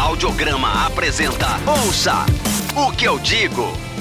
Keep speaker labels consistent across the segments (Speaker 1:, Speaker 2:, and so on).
Speaker 1: Audiograma apresenta Ouça o que eu digo.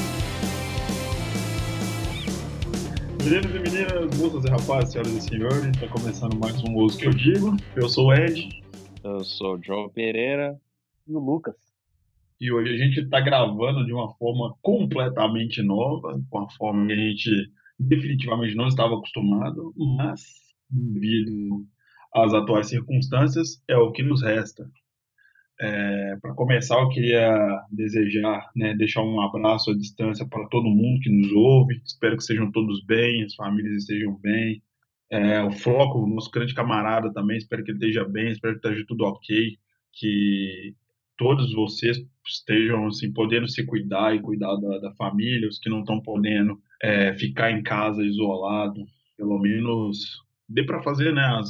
Speaker 2: Meninos e meninas, moças e rapazes, senhoras e senhores, está começando mais um Ouça o que eu digo. Eu sou o Ed.
Speaker 3: Eu sou o João Pereira.
Speaker 4: E o Lucas.
Speaker 2: E hoje a gente está gravando de uma forma completamente nova, com uma forma que a gente definitivamente não estava acostumado, mas devido às atuais circunstâncias, é o que nos resta. Para começar, eu queria desejar, deixar um abraço à distância para todo mundo que nos ouve. Espero que sejam todos bem, as famílias estejam bem. O Floco, o nosso grande camarada também, espero que ele esteja bem, espero que esteja tudo ok, que todos vocês estejam assim, podendo se cuidar e cuidar da família, os que não estão podendo ficar em casa isolado, pelo menos dê para fazer,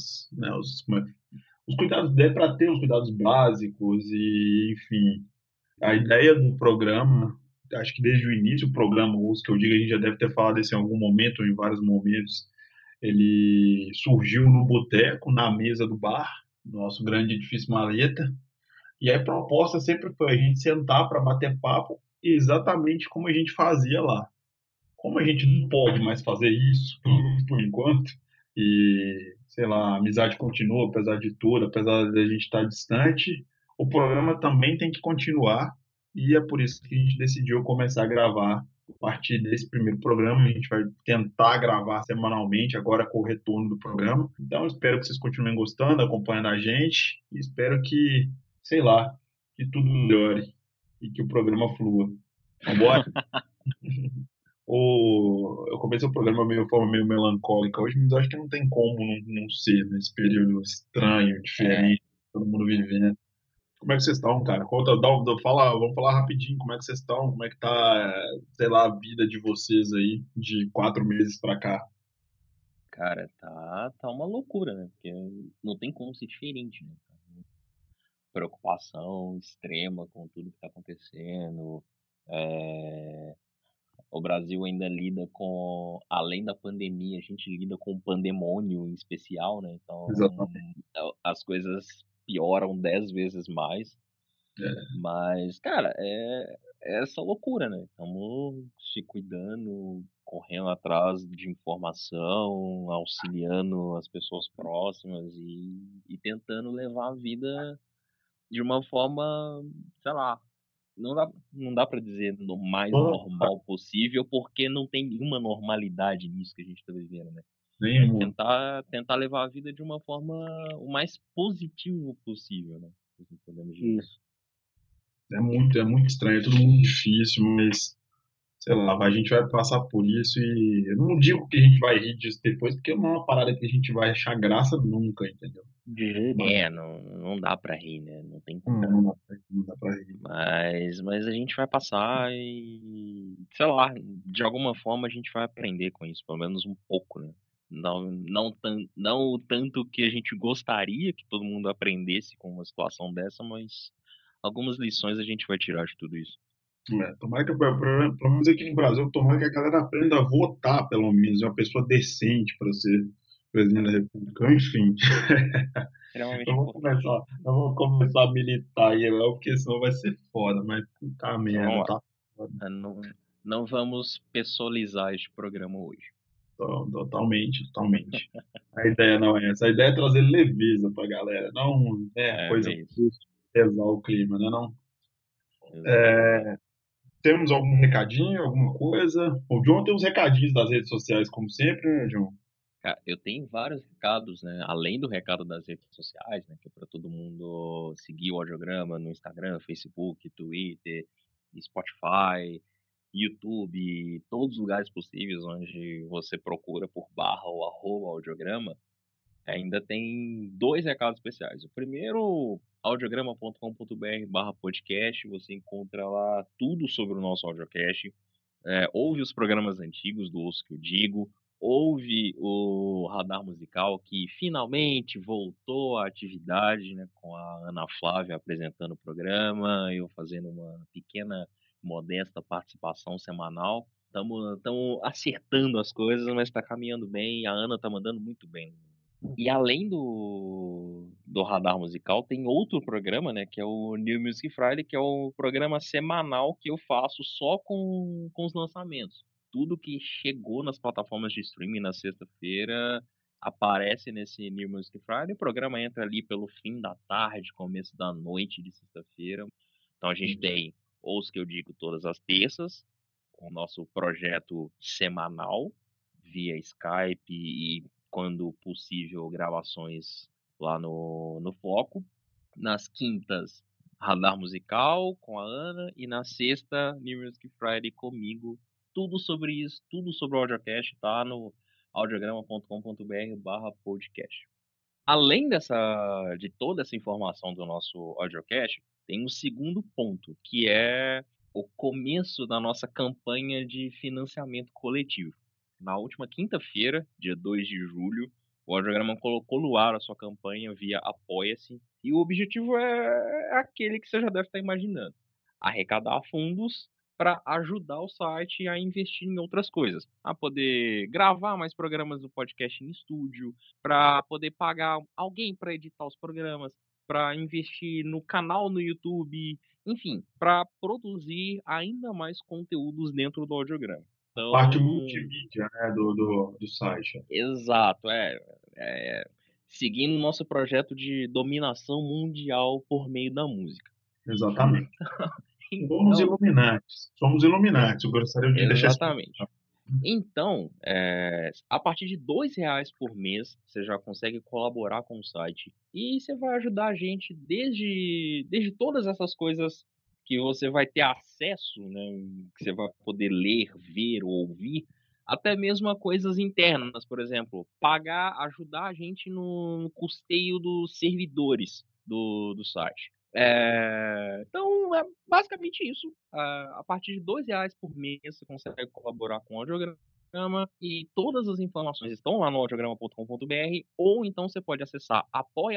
Speaker 2: os cuidados, dê para ter os cuidados básicos e, enfim, a ideia do programa, acho que desde o início do programa, os que eu digo, a gente já deve ter falado isso em algum momento, ou em vários momentos, ele surgiu no boteco, na mesa do bar, nosso grande edifício Maleta, e a proposta sempre foi a gente sentar para bater papo exatamente como a gente fazia lá. Como a gente não pode mais fazer isso por enquanto, e sei lá, a amizade continua apesar de tudo, apesar de a gente estar distante, o programa também tem que continuar, e é por isso que a gente decidiu começar a gravar a partir desse primeiro programa. A gente vai tentar gravar semanalmente, agora com o retorno do programa. Então, espero que vocês continuem gostando, acompanhando a gente, e espero que, sei lá, que tudo melhore e que o programa flua. Vambora? Eu comecei o programa de forma meio melancólica hoje, mas acho que não tem como não ser nesse período estranho, diferente, todo mundo vivendo. Como é que vocês estão, cara? Vamos falar rapidinho, como é que vocês estão? Como é que tá, sei lá, a vida de vocês aí, de 4 meses pra cá?
Speaker 3: Cara, tá uma loucura, né? Porque não tem como ser diferente, né? Preocupação extrema com tudo que tá acontecendo. O Brasil ainda lida com, além da pandemia, a gente lida com um pandemônio em especial, né? Então,
Speaker 2: Exatamente.
Speaker 3: as coisas pioram 10 vezes mais.
Speaker 2: É.
Speaker 3: Mas, cara, é essa loucura, né? Estamos se cuidando, correndo atrás de informação, auxiliando as pessoas próximas e tentando levar a vida de uma forma, sei lá, não dá para dizer no mais normal possível, porque não tem nenhuma normalidade nisso que a gente está vivendo, né?
Speaker 2: Nenhum.
Speaker 3: Tentar levar a vida de uma forma o mais positivo possível, né? Assim podemos dizer.
Speaker 4: Isso.
Speaker 2: É muito estranho, é tudo muito difícil, mas sei lá, a gente vai passar por isso e eu não digo que a gente vai rir disso depois, porque não é uma parada que a gente vai achar graça nunca, entendeu?
Speaker 4: De jeito nenhum.
Speaker 3: Não dá pra rir, né? Não tem
Speaker 2: Não,
Speaker 3: como.
Speaker 2: não dá pra rir.
Speaker 3: Mas a gente vai passar e, sei lá, de alguma forma a gente vai aprender com isso, pelo menos um pouco, né? Não o tanto que a gente gostaria que todo mundo aprendesse com uma situação dessa, mas algumas lições a gente vai tirar de tudo isso.
Speaker 2: Tomara que, pelo menos aqui no Brasil, tomara que a galera aprenda a votar, pelo menos, uma pessoa decente para ser presidente da República. Enfim,
Speaker 3: Extremamente
Speaker 2: eu
Speaker 3: importante.
Speaker 2: vou começar a militar aí, não, porque senão vai ser foda, mas puta
Speaker 3: Então
Speaker 2: merda,
Speaker 3: vamos
Speaker 2: tá
Speaker 3: lá.
Speaker 2: foda.
Speaker 3: Não vamos pessoalizar este programa hoje.
Speaker 2: Totalmente, totalmente. A ideia não é essa, a ideia é trazer leveza pra galera, não coisa
Speaker 3: É isso.
Speaker 2: triste, pesar o clima, né, não?
Speaker 3: Exatamente.
Speaker 2: Temos algum recadinho, alguma coisa? O John tem os recadinhos das redes sociais, como sempre, né, John?
Speaker 3: Cara, eu tenho vários recados, né? Além do recado das redes sociais, né? Que é para todo mundo seguir o Audiograma no Instagram, Facebook, Twitter, Spotify, YouTube, todos os lugares possíveis onde você procura por barra ou arroba Audiograma. Ainda tem dois recados especiais. O primeiro, audiograma.com.br/podcast. Você encontra lá tudo sobre o nosso audiocast. Ouve os programas antigos do Osso que eu digo, ouve o Radar Musical, que finalmente voltou à atividade, né, com a Ana Flávia apresentando o programa, eu fazendo uma pequena, modesta participação semanal. Estamos acertando as coisas, mas está caminhando bem, a Ana está mandando muito bem E além do Radar Musical, tem outro programa, né, que é o New Music Friday, que é o programa semanal que eu faço só com os lançamentos. Tudo que chegou nas plataformas de streaming na sexta-feira aparece nesse New Music Friday. O programa entra ali pelo fim da tarde, começo da noite de sexta-feira. Então a gente tem Os Que Eu Digo todas as terças, com o nosso projeto semanal, via Skype e, quando possível, gravações lá no Foco. Nas quintas, Radar Musical com a Ana. E na sexta, New Music Friday comigo. Tudo sobre isso, tudo sobre o audiocast, tá no audiograma.com.br/podcast. Além de toda essa informação do nosso audiocast, tem um segundo ponto, que é o começo da nossa campanha de financiamento coletivo. Na última quinta-feira, dia 2 de julho, o Audiograma colocou no ar a sua campanha via Apoia-se, e o objetivo é aquele que você já deve estar imaginando: arrecadar fundos para ajudar o site a investir em outras coisas, a poder gravar mais programas do podcast em estúdio, para poder pagar alguém para editar os programas, para investir no canal no YouTube, enfim, para produzir ainda mais conteúdos dentro do Audiograma.
Speaker 2: Parte
Speaker 3: Então,
Speaker 2: multimídia, né, do site.
Speaker 3: exato, seguindo o nosso projeto de dominação mundial por meio da música.
Speaker 2: Exatamente. Somos
Speaker 3: Então,
Speaker 2: Illuminates. Somos Illuminates. Eu gostaria de deixar isso
Speaker 3: exatamente.
Speaker 2: claro.
Speaker 3: Então, a partir de R$ 2 por mês, você já consegue colaborar com o site. E você vai ajudar a gente desde todas essas coisas que você vai ter acesso, né? Que você vai poder ler, ver ou ouvir, até mesmo a coisas internas, por exemplo, ajudar a gente no custeio dos servidores do site. Então, é basicamente isso. A partir de R$ 2 por mês, você consegue colaborar com o Audiograma, e todas as informações estão lá no audiograma.com.br, ou então você pode acessar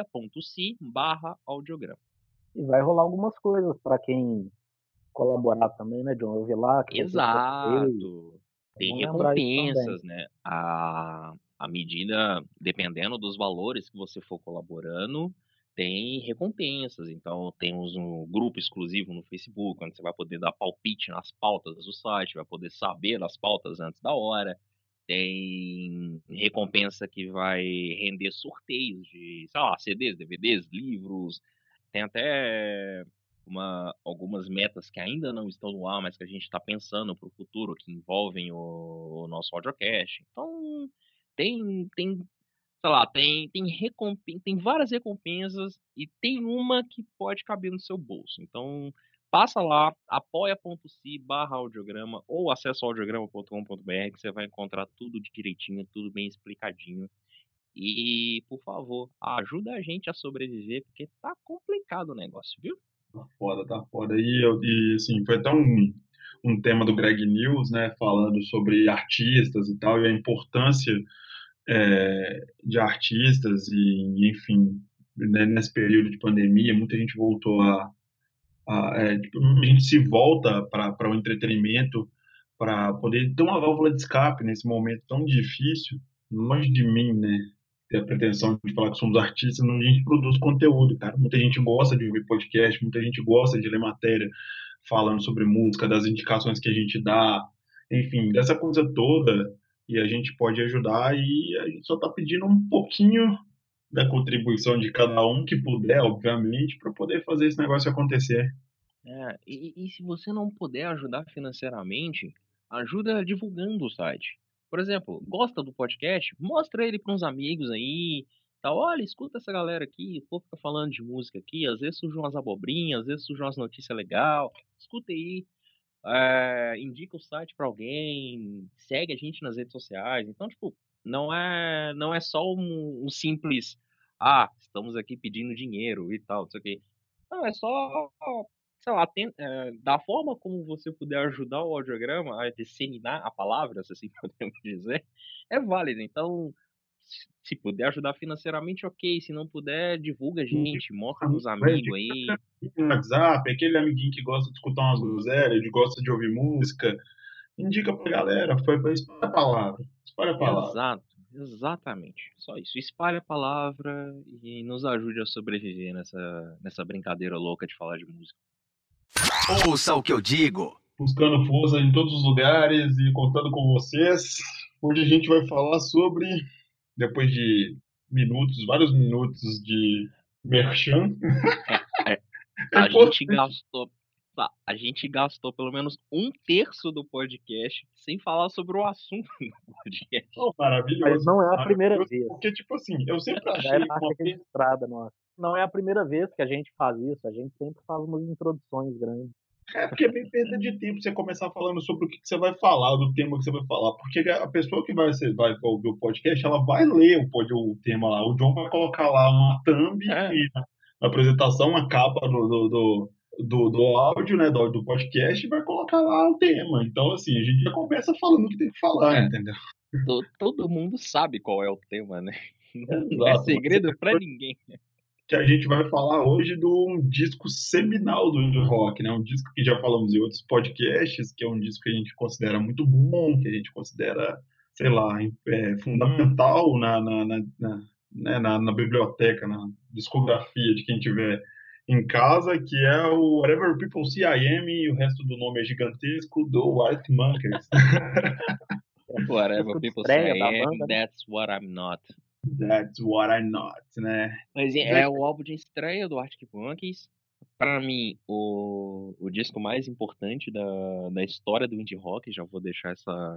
Speaker 3: apoia.se/audiograma.
Speaker 4: E vai rolar algumas coisas para quem colaborar também, né, John? Eu vi lá que vai ter sorteio.
Speaker 3: Exato. Tem
Speaker 4: Vamos lembrar isso também.
Speaker 3: recompensas, né? A medida, dependendo dos valores que você for colaborando, tem recompensas. Então, temos um grupo exclusivo no Facebook, onde você vai poder dar palpite nas pautas do site, vai poder saber das pautas antes da hora. Tem recompensa que vai render sorteios de, sei lá, CDs, DVDs, livros. Tem até algumas metas que ainda não estão no ar, mas que a gente está pensando para o futuro, que envolvem o nosso audiocast. Então, tem, sei lá, tem várias recompensas, e tem uma que pode caber no seu bolso. Então, passa lá, apoia.se/audiograma, ou acessa audiograma.com.br, que você vai encontrar tudo direitinho, tudo bem explicadinho. E, por favor, ajuda a gente a sobreviver, porque tá complicado o negócio, viu?
Speaker 2: Tá foda, tá foda. E assim, foi até um tema do Greg News, né, falando sobre artistas e tal, e a importância de artistas, e enfim, né, nesse período de pandemia, muita gente voltou tipo, a gente se volta para o entretenimento, para poder ter uma válvula de escape nesse momento tão difícil. Longe de mim, né, ter a pretensão de falar que somos artistas, não, a gente produz conteúdo, cara. Muita gente gosta de ouvir podcast, muita gente gosta de ler matéria falando sobre música, das indicações que a gente dá, enfim, dessa coisa toda, e a gente pode ajudar, e a gente só está pedindo um pouquinho da contribuição de cada um que puder, obviamente, para poder fazer esse negócio acontecer.
Speaker 3: E se você não puder ajudar financeiramente, ajuda divulgando o site. Por exemplo, gosta do podcast? Mostra ele para uns amigos aí. Tá, olha, escuta essa galera aqui, o povo fica falando de música aqui, às vezes surgem umas abobrinhas, às vezes surgem umas notícias legais. Escuta aí, indica o site para alguém, segue a gente nas redes sociais. Então, tipo, não é só um simples, estamos aqui pedindo dinheiro e tal, não sei o quê. Não, é só, sei lá, da forma como você puder ajudar o audiograma a disseminar a palavra, se assim podemos dizer, é válido. Então, se puder ajudar financeiramente, ok. Se não puder, divulga a gente, mostra pros amigos aí.
Speaker 2: No WhatsApp, aquele amiguinho que gosta de escutar umas groselhas, que gosta de ouvir música, indica pra galera, espalha a palavra, espalha a palavra.
Speaker 3: Exato. Exatamente. Só isso. Espalhe a palavra e nos ajude a sobreviver nessa brincadeira louca de falar de música.
Speaker 1: Ouça o que eu digo.
Speaker 2: Buscando força em todos os lugares e contando com vocês. Hoje a gente vai falar sobre, depois de vários minutos de merchan.
Speaker 3: É,
Speaker 2: É
Speaker 3: a gente
Speaker 2: importante.
Speaker 3: gastou. A gente gastou pelo menos 1/3 do podcast sem falar sobre o assunto do podcast.
Speaker 2: Oh,
Speaker 4: Mas
Speaker 2: maravilhoso.
Speaker 4: não é a primeira
Speaker 2: Maravilhoso,
Speaker 4: vez.
Speaker 2: porque, tipo assim, eu sempre
Speaker 4: Já é
Speaker 2: achei
Speaker 4: marca
Speaker 2: uma vez.
Speaker 4: registrada nossa. Não é a primeira vez que a gente faz isso. A gente sempre faz umas introduções grandes.
Speaker 2: É porque é bem perda de tempo você começar falando sobre o que você vai falar, do tema que você vai falar. Porque a pessoa que vai ouvir o podcast, ela vai ler o tema lá. O John vai colocar lá uma thumb
Speaker 3: É.
Speaker 2: e na apresentação, uma capa do áudio, né, do podcast, e vai colocar lá o tema. Então, assim, a gente já começa falando o que tem que falar, entendeu?
Speaker 3: Todo mundo sabe qual é o tema, né? Não é
Speaker 2: Exato. Mas
Speaker 3: segredo pra ninguém.
Speaker 2: que a gente vai falar hoje de um disco seminal do indie rock, né? Um disco que já falamos em outros podcasts, que é um disco que a gente considera muito bom, que a gente considera, sei lá, fundamental na biblioteca, na discografia de quem tiver em casa, que é o Whatever People See I Am, e o resto do nome é gigantesco, do White Monkeys.
Speaker 3: Whatever
Speaker 4: Disco de
Speaker 3: people say
Speaker 4: estreia da
Speaker 3: I am,
Speaker 4: banda, né?
Speaker 3: that's what I'm not.
Speaker 2: That's what I'm not, né?
Speaker 3: Mas é o álbum de estreia do Arctic Monkeys. Pra mim, o disco mais importante da história do indie rock. Já vou deixar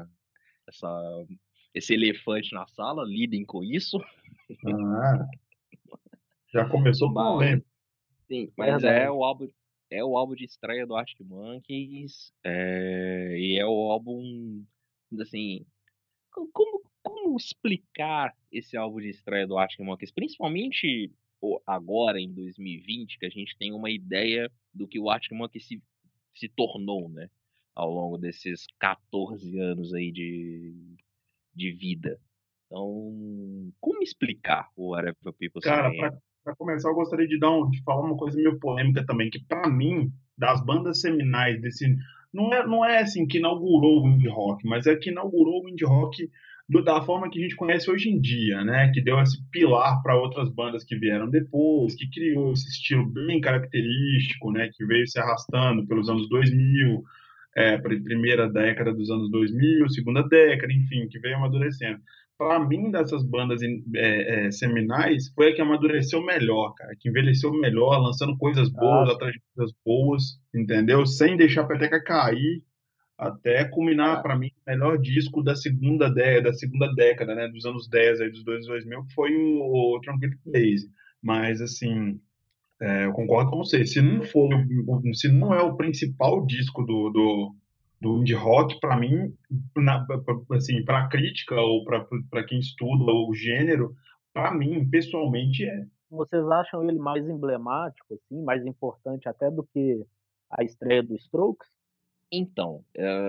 Speaker 3: esse elefante na sala, lidem com isso.
Speaker 2: Ah, já começou com
Speaker 3: Mas, sim, mas
Speaker 4: Verdade.
Speaker 3: é o álbum de estreia do Arctic Monkeys. E é o álbum, assim, como explicar esse álbum de estreia do Arctic Monkeys? Principalmente agora, em 2020, que a gente tem uma ideia do que o Arctic Monkeys se tornou, né? Ao longo desses 14 anos aí de vida. Então, como explicar o Whatever People Say
Speaker 2: Cara,
Speaker 3: I Am?
Speaker 2: para começar, eu gostaria de falar uma coisa meio polêmica também, que para mim, das bandas seminais desse, não é assim que inaugurou o indie rock, mas é que inaugurou o indie rock da forma que a gente conhece hoje em dia, né? Que deu esse pilar para outras bandas que vieram depois, que criou esse estilo bem característico, né? Que veio se arrastando pelos anos 2000, primeira década dos anos 2000, segunda década, enfim, que veio amadurecendo. Para mim, dessas bandas seminais, foi a que amadureceu melhor, cara, que envelheceu melhor, lançando coisas boas,
Speaker 4: Ah,
Speaker 2: atrás de coisas boas, entendeu? Sem deixar a peteca cair, até culminar, para mim, o melhor disco da segunda década, né, dos anos 10, aí, dos anos 2000, que foi o Tranquility Base. Mas, assim, eu concordo com você. Se não é o principal disco do indie rock, para mim, assim, para crítica ou para quem estuda o gênero, para mim, pessoalmente, é.
Speaker 4: vocês acham ele mais emblemático, assim, mais importante até do que a estreia do Strokes?
Speaker 3: Então,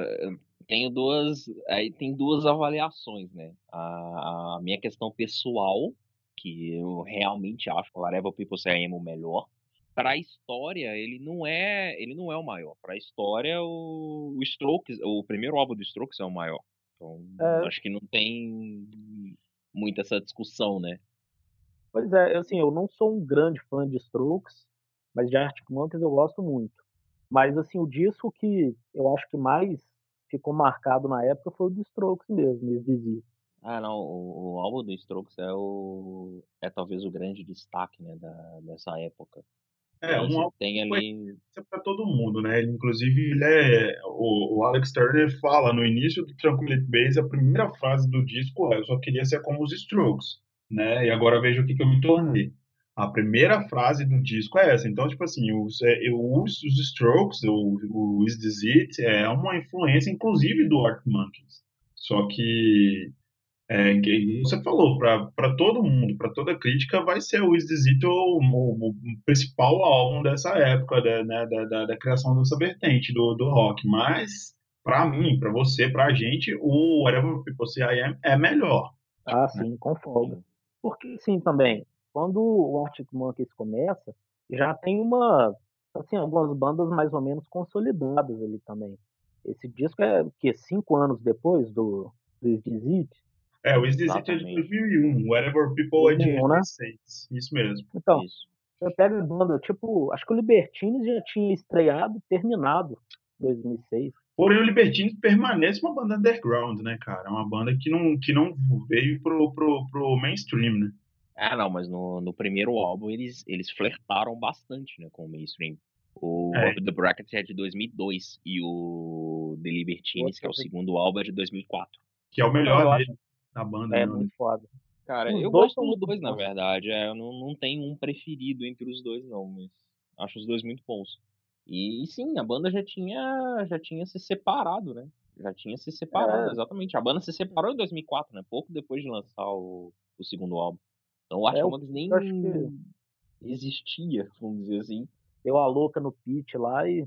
Speaker 3: tem duas avaliações, né? A minha questão pessoal, que eu realmente acho que o Whatever People Say I Am o melhor. Para a história, ele não é o maior. Para a história, o Strokes, o primeiro álbum do Strokes é o maior. Então,
Speaker 4: É,
Speaker 3: acho que não tem muita essa discussão, né?
Speaker 4: pois é, assim, eu não sou um grande fã de Strokes, mas de Arctic Monkeys eu gosto muito. Mas, assim, o disco que eu acho que mais ficou marcado na época foi o do Strokes mesmo, Is This It.
Speaker 3: Ah, não, o álbum do Strokes é talvez o grande destaque, né, dessa época.
Speaker 2: Um
Speaker 3: Você
Speaker 2: álbum
Speaker 3: tem
Speaker 2: que foi
Speaker 3: ali.
Speaker 2: para todo mundo, né? Inclusive, o Alex Turner fala no início do Tranquility Base, a primeira frase do disco é: Eu só queria ser como os Strokes, né? E agora veja o que eu me tornei. A primeira frase do disco é essa. Então, tipo assim, os Strokes, o Is This It, é uma influência, inclusive, do Arctic Monkeys. Só que que você falou, para todo mundo, para toda crítica, vai ser o Is This It o principal álbum dessa época, né, da criação dessa vertente do rock. Mas, para mim, para você, para a gente, o Whatever People Say I Am é melhor.
Speaker 4: Ah,
Speaker 2: Né?
Speaker 4: sim, com folga.
Speaker 3: Sim.
Speaker 4: Porque, sim, também, quando o Arctic Monkeys começa, já tem assim, algumas bandas mais ou menos consolidadas ali também. Esse disco é o quê? 5 anos depois do Is This It?
Speaker 2: O Is This It é de
Speaker 3: Exatamente.
Speaker 2: 2001, Wherever People é de
Speaker 4: 2001, né?
Speaker 2: 2006. Isso mesmo.
Speaker 4: Então,
Speaker 3: Isso.
Speaker 4: eu pego a banda, tipo, acho que o Libertines já tinha estreado, terminado em 2006.
Speaker 2: Porém, o Libertines permanece uma banda underground, né, cara? É uma banda que não veio pro mainstream, né?
Speaker 3: Não, mas no primeiro álbum eles flertaram bastante, né, com o mainstream. O
Speaker 2: É,
Speaker 3: Up the Bracket é de 2002 e o The Libertines, que é o
Speaker 4: Outro-
Speaker 3: segundo álbum, é de 2004.
Speaker 2: que é o
Speaker 4: Não,
Speaker 2: melhor
Speaker 4: eu acho
Speaker 2: dele, da banda,
Speaker 4: que é
Speaker 2: né?
Speaker 4: muito foda.
Speaker 3: Cara,
Speaker 4: Os
Speaker 3: eu
Speaker 4: dois
Speaker 3: gosto
Speaker 4: são
Speaker 3: dos
Speaker 4: muito
Speaker 3: dois, na
Speaker 4: bons.
Speaker 3: verdade. Eu não tenho um preferido entre os dois, não, mas acho os dois muito bons. E sim, a banda já tinha se separado, né? Já tinha se separado,
Speaker 4: É,
Speaker 3: exatamente. A banda se separou em 2004, né? Pouco depois de lançar o segundo álbum. Então o Arctic
Speaker 4: eu
Speaker 3: Monkeys nem
Speaker 4: acho que
Speaker 3: existia, vamos dizer assim.
Speaker 4: deu a louca no pitch lá e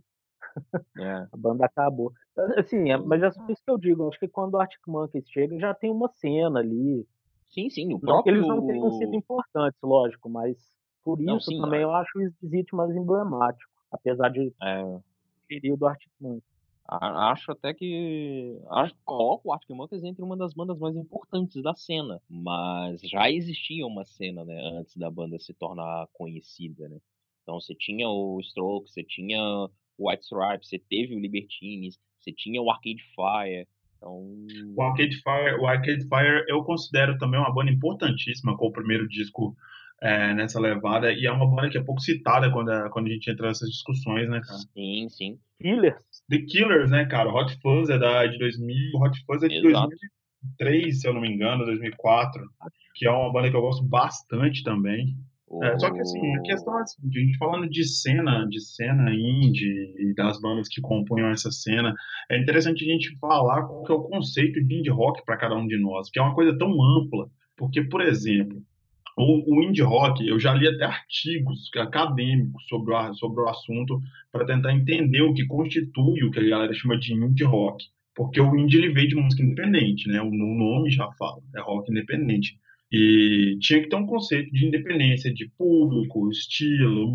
Speaker 3: É.
Speaker 4: a banda acabou. Assim,
Speaker 3: Pois
Speaker 4: mas é só isso que eu digo. Acho que quando o Arctic Monkeys chega, já tem uma cena ali.
Speaker 3: Sim, o
Speaker 4: Não que eles não tenham sido
Speaker 3: próprio.
Speaker 4: importantes, lógico, mas por
Speaker 3: Não,
Speaker 4: isso
Speaker 3: sim,
Speaker 4: também eu acho o Exit mais emblemático, apesar de
Speaker 3: é,
Speaker 4: preferir o do Arctic Monkeys.
Speaker 3: acho até que. Coloco o Arctic Monkeys entre uma das bandas mais importantes da cena. Mas já existia uma cena, né, antes da banda se tornar conhecida, né? Então você tinha o Strokes, você tinha o White Stripes, você teve o Libertines, você tinha o Arcade Fire. Então.
Speaker 2: O Arcade Fire eu considero também uma banda importantíssima com o primeiro disco nessa levada, e é uma banda que é pouco citada quando a gente entra nessas discussões, né, cara?
Speaker 3: Sim,
Speaker 4: Killers,
Speaker 2: The Killers, né, cara? Hot Fuzz de 2000, Hot Fuzz é de
Speaker 3: exato.
Speaker 2: 2003, se eu não me engano, 2004, que é uma banda que eu gosto bastante também. Só que assim, a questão é
Speaker 3: O...
Speaker 2: assim, a gente falando de cena indie e das bandas que compunham essa cena, é interessante a gente falar qual que é o conceito de indie rock para cada um de nós, que é uma coisa tão ampla, porque, por exemplo, o indie rock, eu já li até artigos acadêmicos sobre o assunto para tentar entender o que constitui o que a galera chama de indie rock. Porque o indie ele veio de música independente, né? O nome já fala, é rock independente. E tinha que ter um conceito de independência de público, estilo,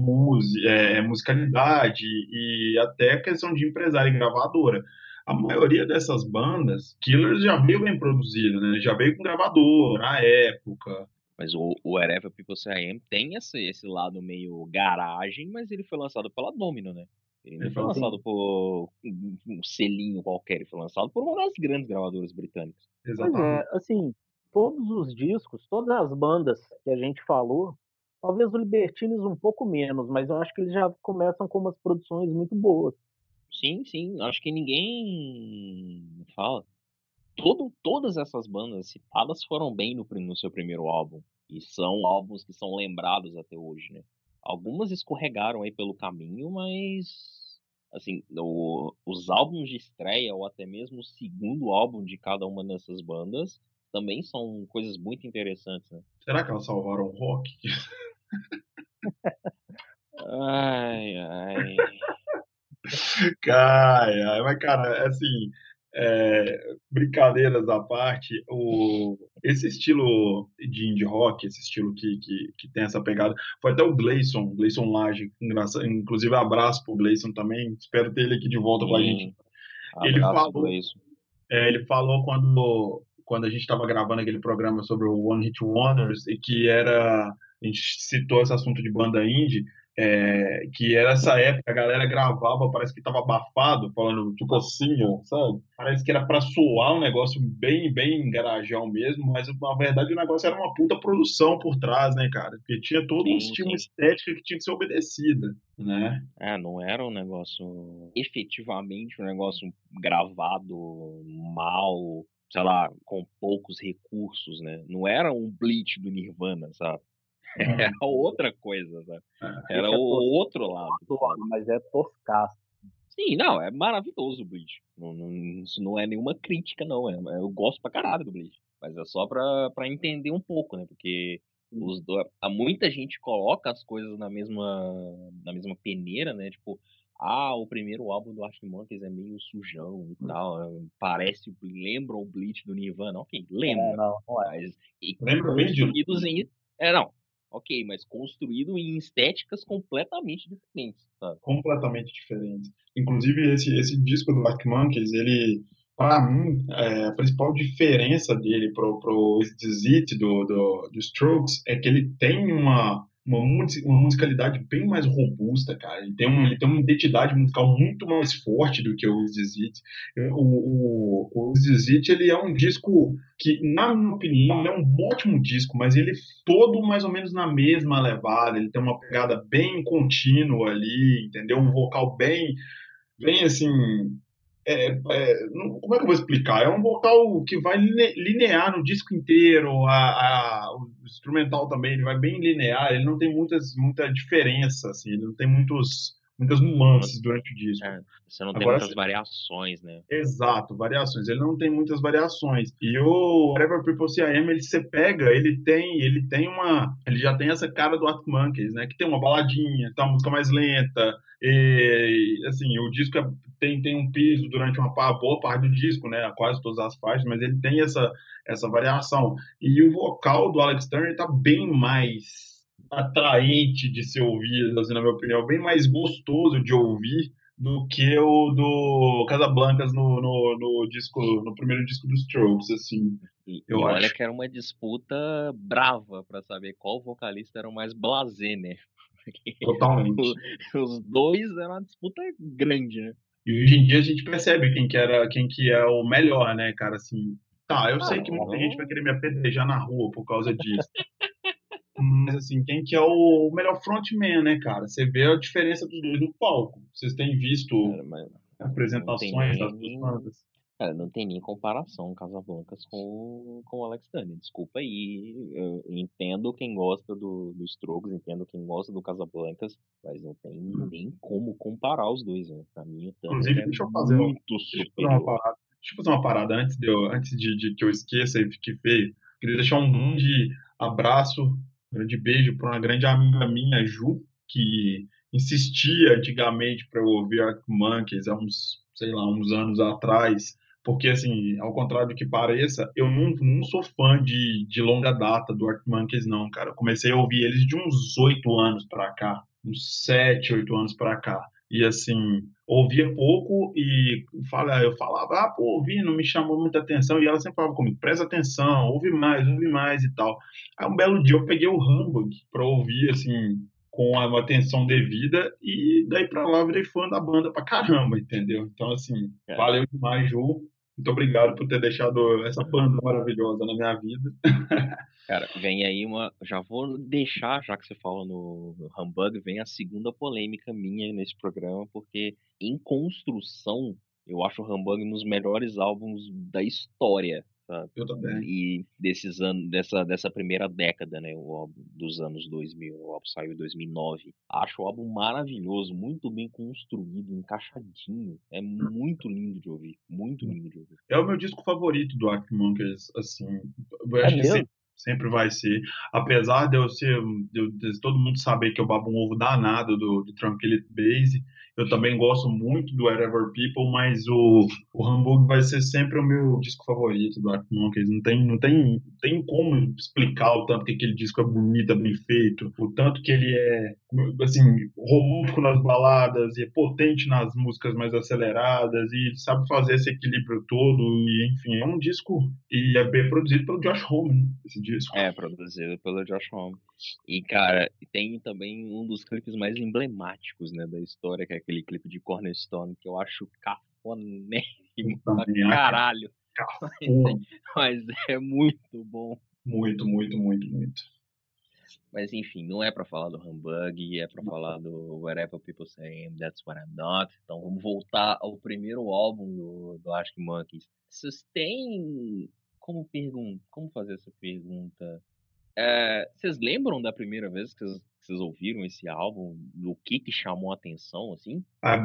Speaker 2: musicalidade e até questão de empresário e gravadora. A maioria dessas bandas, Killers já veio bem produzida, né? Já veio com gravador, na época.
Speaker 3: Mas o Wherever People Say I Am tem esse lado meio garagem, mas ele foi lançado pela Domino, né? Ele não
Speaker 2: Ele
Speaker 3: foi
Speaker 2: fala assim,
Speaker 3: lançado por um selinho qualquer, ele foi lançado por uma das grandes gravadoras britânicas.
Speaker 4: pois é,
Speaker 2: exatamente.
Speaker 4: assim, todos os discos, todas as bandas que a gente falou, talvez o Libertines um pouco menos, mas eu acho que eles já começam com umas produções muito boas.
Speaker 3: Sim, acho que ninguém fala. Todas essas bandas citadas foram bem no seu primeiro álbum. E são álbuns que são lembrados até hoje, né? Algumas escorregaram aí pelo caminho, mas assim, os álbuns de estreia ou até mesmo o segundo álbum de cada uma dessas bandas também são coisas muito interessantes, né?
Speaker 2: Será que elas salvaram o rock?
Speaker 3: Ai.
Speaker 2: Mas, cara, assim, brincadeiras à parte, esse estilo de indie rock, esse estilo que tem essa pegada, foi até o Gleison Lage, inclusive abraço pro Gleison também, espero ter ele aqui de volta com a gente.
Speaker 3: Sim,
Speaker 2: Ele
Speaker 3: abraço,
Speaker 2: falou,
Speaker 3: Gleison.
Speaker 2: ele falou quando a gente estava gravando aquele programa sobre o One Hit Wonders e a gente citou esse assunto de banda indie, que era essa época, a galera gravava, parece que estava abafado, falando tipo assim, ó, sabe? Parece que era para soar um negócio bem, bem garajão mesmo, mas na verdade o negócio era uma puta produção por trás, né, cara? Porque tinha todo um estilo, uma
Speaker 3: Sim.
Speaker 2: estética que tinha que ser obedecida, né?
Speaker 3: Não era um negócio, efetivamente um negócio gravado mal, sei lá, com poucos recursos, né? Não era um Bleach do Nirvana, sabe? Era outra coisa, sabe? Era
Speaker 4: Deixa
Speaker 3: o
Speaker 4: a
Speaker 3: outro lado, sabe?
Speaker 4: mas é toscaço.
Speaker 3: Sim, não, é maravilhoso o Bleach. Isso não é nenhuma crítica, não. Eu gosto pra caralho do Bleach. Mas é só pra entender um pouco, né? Porque muita gente coloca as coisas na mesma peneira, né? Tipo, o primeiro álbum do Arctic Monkeys é meio sujão e tal. Lembra o Bleach do Nirvana? Ok,
Speaker 4: É,
Speaker 3: lembra.
Speaker 4: não, não é.
Speaker 3: Mas
Speaker 2: Lembra bem de
Speaker 3: construídos em. Não. Ok, mas construído em estéticas completamente diferentes, sabe?
Speaker 2: completamente diferentes. Inclusive, esse disco do Arctic Monkeys, ele Para mim, a principal diferença dele pro Exit do Strokes é que ele tem uma musicalidade bem mais robusta, cara. Ele tem uma identidade musical muito mais forte do que o Exit. O Exit, ele é um disco que, na minha opinião, é um ótimo disco, mas ele todo mais ou menos na mesma levada. Ele tem uma pegada bem contínua ali, entendeu? Um vocal bem assim, como é que eu vou explicar? É um vocal que vai linear no disco inteiro, o instrumental também, ele vai bem linear, ele não tem muita diferença, assim, ele não tem muitas nuances durante o disco.
Speaker 3: Você não tem
Speaker 2: Agora,
Speaker 3: muitas variações, né?
Speaker 2: exato, variações. Ele não tem muitas variações. E o Whatever People Say I Am, você pega, ele já tem essa cara do Arctic Monkeys, né? Que tem uma baladinha, tem uma música mais lenta. E, assim, o disco tem um piso durante uma boa parte do disco, né? Quase todas as faixas, mas ele tem essa variação. E o vocal do Alex Turner tá bem mais atraente de ser ouvido, assim, na minha opinião, bem mais gostoso de ouvir do que o do Casablancas no primeiro disco dos Strokes, assim.
Speaker 3: E
Speaker 2: Eu
Speaker 3: olha
Speaker 2: acho.
Speaker 3: que era uma disputa brava pra saber qual vocalista era o mais blasé, né? Porque
Speaker 2: Totalmente.
Speaker 3: os dois eram uma disputa grande, né?
Speaker 2: E hoje em dia a gente percebe quem que é o melhor, né, cara, assim. Tá, eu sei que muita gente vai querer me apedrejar na rua por causa disso. Mas, assim, quem que é o melhor frontman, né, cara? Você vê a diferença dos dois no palco. Vocês têm visto
Speaker 3: Cara, mas não tem
Speaker 2: apresentações das duas
Speaker 3: nem,
Speaker 2: bandas?
Speaker 3: cara, não tem nem comparação Casablancas com o Alex Turner. Desculpa aí, eu entendo quem gosta do Strokes, entendo quem gosta do Casablancas, mas não tem nem como comparar os dois, né? Pra mim o Turner
Speaker 2: Inclusive,
Speaker 3: é
Speaker 2: deixa
Speaker 3: muito
Speaker 2: eu fazer uma
Speaker 3: superior.
Speaker 2: parada. Deixa eu fazer uma parada antes de que eu esqueça e fique feio. Queria deixar um grande abraço, um grande beijo para uma grande amiga minha, Ju, que insistia antigamente para eu ouvir Arctic Monkeys há sei lá, uns anos atrás. Porque, assim, ao contrário do que pareça, eu não sou fã de longa data do Arctic Monkeys, não, cara. Eu comecei a ouvir eles de uns 8 anos para cá, uns 7, 8 anos para cá. E, assim, ouvia pouco e eu falava, pô, ouvi, não me chamou muita atenção. E ela sempre falava comigo, presta atenção, ouve mais e tal. Aí um belo dia eu peguei o Humbug para ouvir, assim, com uma atenção devida e daí pra lá eu virei fã da banda pra caramba, entendeu? Então, assim,
Speaker 3: Cara,
Speaker 2: valeu demais, Ju. Muito obrigado por ter deixado essa banda maravilhosa na minha vida.
Speaker 3: cara, vem aí uma. Já vou deixar, já que você fala no Humbug, vem a segunda polêmica minha nesse programa, porque em construção, eu acho o Humbug um dos melhores álbuns da história, sabe?
Speaker 2: Eu também.
Speaker 3: E desses anos, dessa primeira década, né? O álbum dos anos 2000, o álbum saiu em 2009. Acho o álbum maravilhoso, muito bem construído, encaixadinho. É muito lindo de ouvir, muito lindo de ouvir.
Speaker 2: É o meu disco favorito do Arctic Monkeys, assim, eu
Speaker 4: É
Speaker 2: acho que
Speaker 4: mesmo?
Speaker 2: sempre vai ser. Apesar de todo mundo saber que eu babo um ovo danado do Tranquility Base, eu também gosto muito do Wherever People, mas o Hamburg vai ser sempre o meu disco favorito do Arctic Monkeys. Não tem como explicar o tanto que aquele disco é bonito, é bem feito, o tanto que ele é, assim, romântico nas baladas e é potente nas músicas mais aceleradas e sabe fazer esse equilíbrio todo e, enfim, é um disco e é bem produzido pelo Josh Homme, né, esse disco.
Speaker 3: É, produzido pelo Josh Homme. E, cara, tem também um dos clipes mais emblemáticos, né, da história, que é aquele clipe de Cornerstone, que eu acho
Speaker 2: Eu
Speaker 3: cafonérrimo pra
Speaker 2: também acho
Speaker 3: caralho.
Speaker 2: cafona.
Speaker 3: Mas é muito bom.
Speaker 2: Muito, muito, muito, muito.
Speaker 3: Mas, enfim, não é pra falar do Humbug, é pra falar do Wherever People Say I'm, That's What I'm Not. Então vamos voltar ao primeiro álbum do Arctic Monkeys. Vocês têm como fazer essa pergunta? Vocês lembram da primeira vez que vocês ouviram esse álbum? Do que chamou a atenção, assim?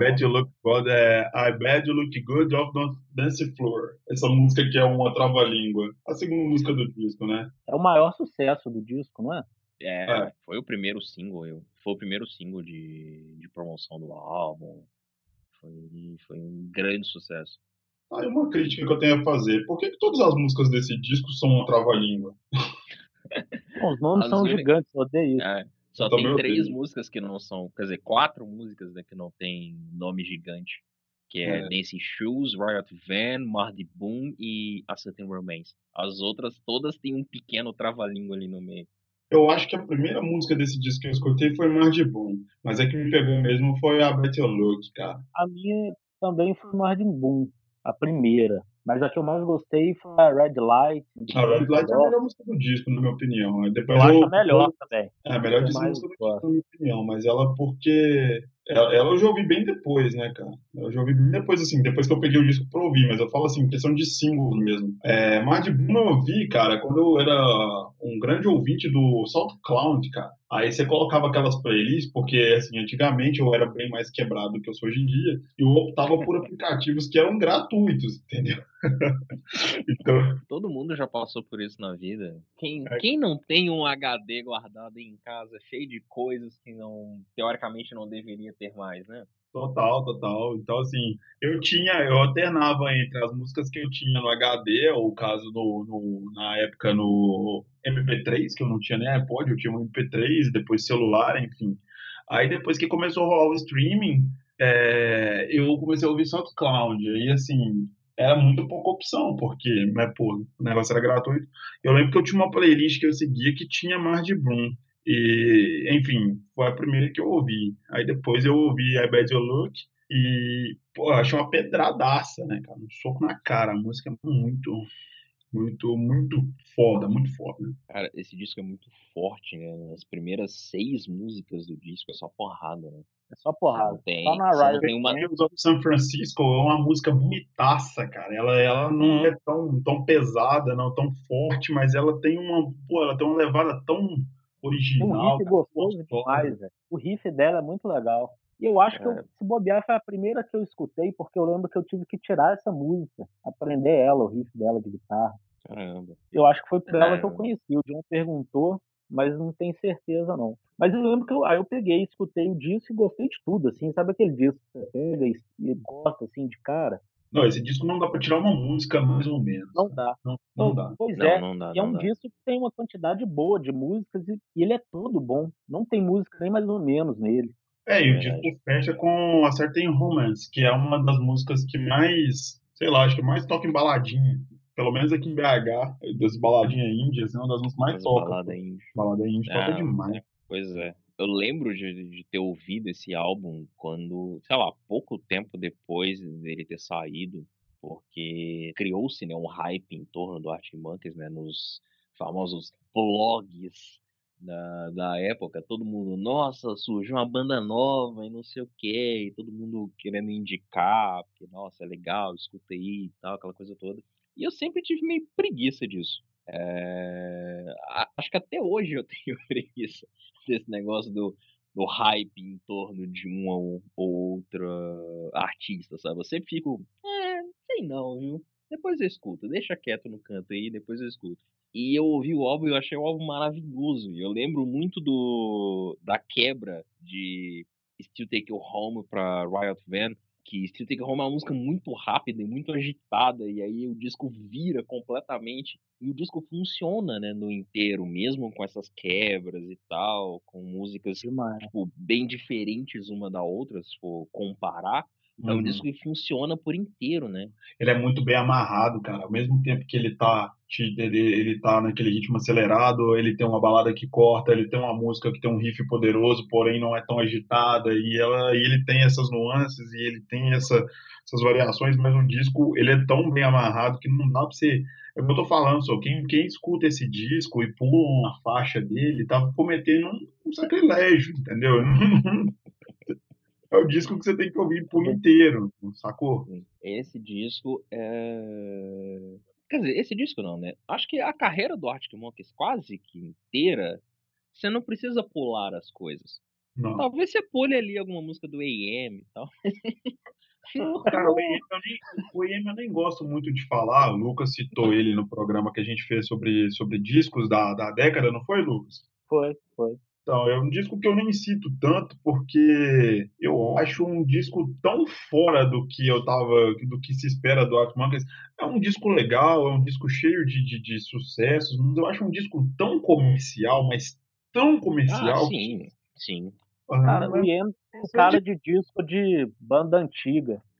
Speaker 2: I bet you look good off the dance floor. Essa música que é uma trava-língua. A segunda música do disco, né?
Speaker 4: É o maior sucesso do disco, não é?
Speaker 2: É.
Speaker 3: Foi o primeiro single, de promoção do álbum. Foi um grande sucesso.
Speaker 2: Aí uma crítica que eu tenho a fazer. Por que todas as músicas desse disco são uma trava-língua?
Speaker 4: Bom, os nomes
Speaker 3: As
Speaker 4: são
Speaker 3: únicas-
Speaker 4: gigantes, eu odeio isso.
Speaker 3: Só
Speaker 2: Eu também
Speaker 3: tem 3
Speaker 2: odeio.
Speaker 3: músicas que não são, quer dizer, 4 músicas, né, que não tem nome gigante, que é Nancy Shoes, Riot Van, Mardy Boom e A Certain Romance. As outras todas têm um pequeno trava-língua ali no meio.
Speaker 2: Eu acho que a primeira música desse disco que eu escutei foi Mar de Boom, mas a que me pegou mesmo foi a Better Look, cara.
Speaker 4: A minha também foi Mardi Boom, a primeira. Mas a que eu mais gostei foi a Red Light.
Speaker 2: A Red Light é a melhor música do disco, na minha opinião. Aí depois
Speaker 4: Eu acho a melhor também.
Speaker 2: É a melhor
Speaker 4: Eu mais
Speaker 2: música do disco,
Speaker 4: gosto.
Speaker 2: na minha opinião, mas ela porque. Ela eu já ouvi bem depois, né, cara? Eu já ouvi bem depois, assim, depois que eu peguei o disco pra ouvir, mas eu falo assim, questão de singles mesmo. Mad Boom eu ouvi, cara, quando eu era um grande ouvinte do SoundCloud, cara. Aí você colocava aquelas playlists, porque, assim, antigamente eu era bem mais quebrado do que eu sou hoje em dia, e eu optava por aplicativos que eram gratuitos, entendeu? Então,
Speaker 3: Todo mundo já passou por isso na vida. Quem não tem um HD guardado em casa cheio de coisas que não, teoricamente não deveria ter mais, né?
Speaker 2: total. Então, assim, eu alternava entre as músicas que eu tinha no HD, ou caso na época no MP3, que eu não tinha nem iPod, eu tinha um MP3, depois celular, enfim. Aí depois que começou a rolar o streaming, eu comecei a ouvir SoundCloud. E assim, era muito pouca opção, porque, né, pô, o negócio era gratuito. Eu lembro que eu tinha uma playlist que eu seguia que tinha Mardi Bloom. E, enfim, foi a primeira que eu ouvi. Aí depois eu ouvi I Bet You Look e, pô, eu achei uma pedradaça, né, cara? Um soco na cara. A música é muito foda, muito foda.
Speaker 3: Cara, esse disco é muito forte, né? As primeiras 6 músicas do disco é só porrada, né?
Speaker 4: É só porrada.
Speaker 3: Não tem,
Speaker 4: Só na
Speaker 3: você não
Speaker 4: Riot.
Speaker 3: tem uma...
Speaker 2: Tales of San Francisco é uma música bonitaça, cara. Ela não é tão pesada, não tão forte, mas ela tem ela tem uma levada tão
Speaker 4: Um
Speaker 2: original,
Speaker 4: riff
Speaker 2: cara,
Speaker 4: gostoso
Speaker 2: gostosa.
Speaker 4: demais, velho. O riff dela é muito legal. E eu acho que, se bobear, foi a primeira que eu escutei, porque eu lembro que eu tive que tirar essa música, aprender ela, o riff dela de guitarra.
Speaker 3: Caramba.
Speaker 4: Eu acho que foi por ela que eu conheci. O John perguntou, mas não tenho certeza, não. Mas eu lembro que aí eu peguei, escutei o disco e gostei de tudo, assim. Sabe aquele disco que você pega e gosta, assim, de cara?
Speaker 2: Não, esse disco não dá pra tirar uma música, mais ou menos.
Speaker 4: Não dá.
Speaker 2: Não dá.
Speaker 4: Pois
Speaker 3: Não,
Speaker 4: é.
Speaker 3: não dá,
Speaker 4: E é
Speaker 3: não
Speaker 4: um
Speaker 3: dá.
Speaker 4: disco que tem uma quantidade boa de músicas e ele é todo bom. Não tem música nem mais ou menos nele.
Speaker 2: E o disco fecha com A Certain Romance, que é uma das músicas que mais, sei lá, acho que mais toca em baladinha. Pelo menos aqui em BH, das baladinhas índias, é uma das músicas mais toca.
Speaker 3: Balada indie.
Speaker 2: Balada índia toca demais.
Speaker 3: Pois é. Eu lembro de ter ouvido esse álbum quando, sei lá, pouco tempo depois dele ter saído, porque criou-se, né, um hype em torno do Arctic Monkeys, né, nos famosos blogs da época. Todo mundo, nossa, surgiu uma banda nova e não sei o quê, e todo mundo querendo indicar, porque, nossa, é legal, escuta aí e tal, aquela coisa toda. E eu sempre tive meio preguiça disso. Acho que até hoje eu tenho preguiça desse negócio do hype em torno de uma ou outra artista, sabe? Eu sempre fico, sei não, viu? Depois eu escuto, deixa quieto no canto aí, depois eu escuto. E eu ouvi o álbum e eu achei o álbum maravilhoso. E eu lembro muito da quebra de Still Take You Home pra Riot Van, que Still Take You Home é uma música muito rápida e muito agitada, e aí o disco vira completamente, e o disco funciona, né, no inteiro, mesmo com essas quebras e tal, com músicas tipo, bem diferentes uma da outra, se for comparar. É um disco que funciona por inteiro, né?
Speaker 2: Ele é muito bem amarrado, cara. Ao mesmo tempo que ele tá naquele ritmo acelerado, ele tem uma balada que corta, ele tem uma música que tem um riff poderoso, porém não é tão agitada, e ele tem essas nuances, e ele tem essas variações, mas o disco, ele é tão bem amarrado que não dá pra você... É o que eu tô falando, só quem escuta esse disco e pula uma faixa dele, tá cometendo um sacrilégio, entendeu? É o disco que você tem que ouvir por inteiro, sacou?
Speaker 3: Esse disco é... Quer dizer, esse disco não, né? Acho que a carreira do Arctic Monkeys quase que inteira, você não precisa pular as coisas.
Speaker 2: Não.
Speaker 3: Talvez você pule ali alguma música do AM e tal.
Speaker 2: Cara, o AM eu nem gosto muito de falar. O Lucas citou ele no programa que a gente fez sobre discos da década, não foi, Lucas?
Speaker 4: Foi.
Speaker 2: Então, é um disco que eu nem cito tanto, porque eu acho um disco tão fora do que se espera do Arctic Monkeys. É um disco legal, é um disco cheio de sucessos, mas eu acho um disco tão comercial, mas tão comercial.
Speaker 3: Sim.
Speaker 4: Cara, o Ian tem cara de disco de banda antiga.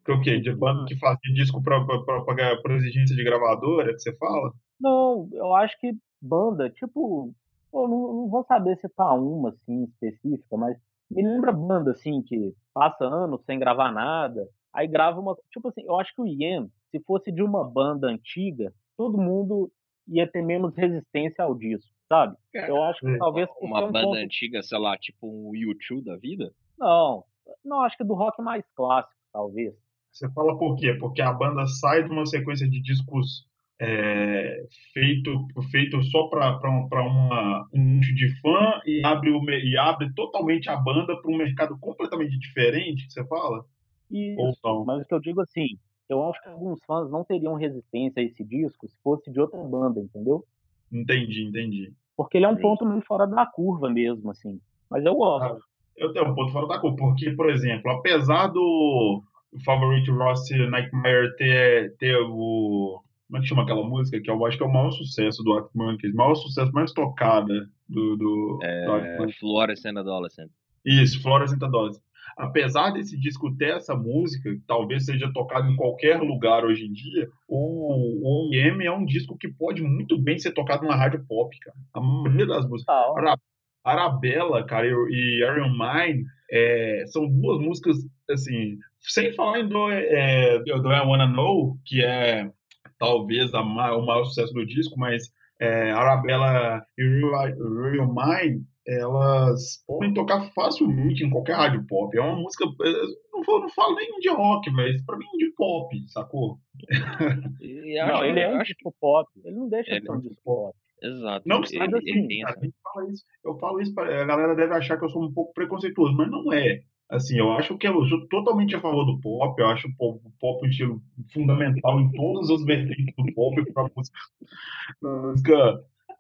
Speaker 2: O quê? De banda que fazia disco pra exigência de gravadora, que você fala?
Speaker 4: Não, eu acho que banda, tipo, eu não vou saber citar uma assim específica, mas me lembra banda assim que passa anos sem gravar nada, aí grava uma, tipo assim, eu acho que o Ian, se fosse de uma banda antiga, todo mundo ia ter menos resistência ao disco, sabe? Eu acho que
Speaker 2: É.
Speaker 4: talvez por
Speaker 3: Uma
Speaker 4: ser um
Speaker 3: banda
Speaker 4: ponto,
Speaker 3: antiga, sei lá, tipo um U2 da vida?
Speaker 4: não, não acho que do rock mais clássico, talvez.
Speaker 2: Você fala por quê? Porque a banda sai de uma sequência de discos é, feito só para um nicho de fã e abre totalmente a banda para um mercado completamente diferente, que você fala? Ou
Speaker 4: Isso,
Speaker 2: não?
Speaker 4: mas o que eu digo assim, eu acho que alguns fãs não teriam resistência a esse disco se fosse de outra banda, entendeu?
Speaker 2: Entendi.
Speaker 4: Porque ele é um ponto
Speaker 3: Justo.
Speaker 4: meio fora da curva mesmo, assim. Mas eu gosto.
Speaker 2: Ah, eu tenho um ponto fora da curva, porque, por exemplo, apesar do Favorite Rossi Nightmare ter o. Como é que chama aquela música? Que eu acho que é o maior sucesso do Arctic Monkeys, maior sucesso, mais tocada do Arctic Monkeys.
Speaker 3: Fluorescent Adolescent.
Speaker 2: Isso, Florence Dose. Apesar desse disco ter essa música, que talvez seja tocado em qualquer lugar hoje em dia, o O.E.M. é um disco que pode muito bem ser tocado numa rádio pop, cara. A maioria das músicas.
Speaker 4: Tal.
Speaker 2: Arabella, cara, e Iron Mine são duas músicas, assim, sem falar do I Wanna Know, que é talvez o maior sucesso do disco, mas Arabella e Real Mine, elas podem tocar facilmente em qualquer rádio pop. É uma música, não falo nem de rock, mas pra mim de pop, sacou?
Speaker 3: E
Speaker 4: Não, ele é
Speaker 3: eu
Speaker 4: um
Speaker 3: acho que
Speaker 4: disco pop. Ele não deixa de
Speaker 3: ele,
Speaker 4: ser um disco pop.
Speaker 3: exato,
Speaker 2: Não que
Speaker 4: Mas
Speaker 2: seja
Speaker 3: ele
Speaker 4: assim,
Speaker 2: ruim,
Speaker 3: tem
Speaker 2: cara.
Speaker 3: essa.
Speaker 2: A gente fala isso, eu falo isso, a galera deve achar que eu sou um pouco preconceituoso, mas não é. Assim, eu acho que eu sou totalmente a favor do pop, eu acho o pop um estilo fundamental em todas as vertentes do pop, pra música,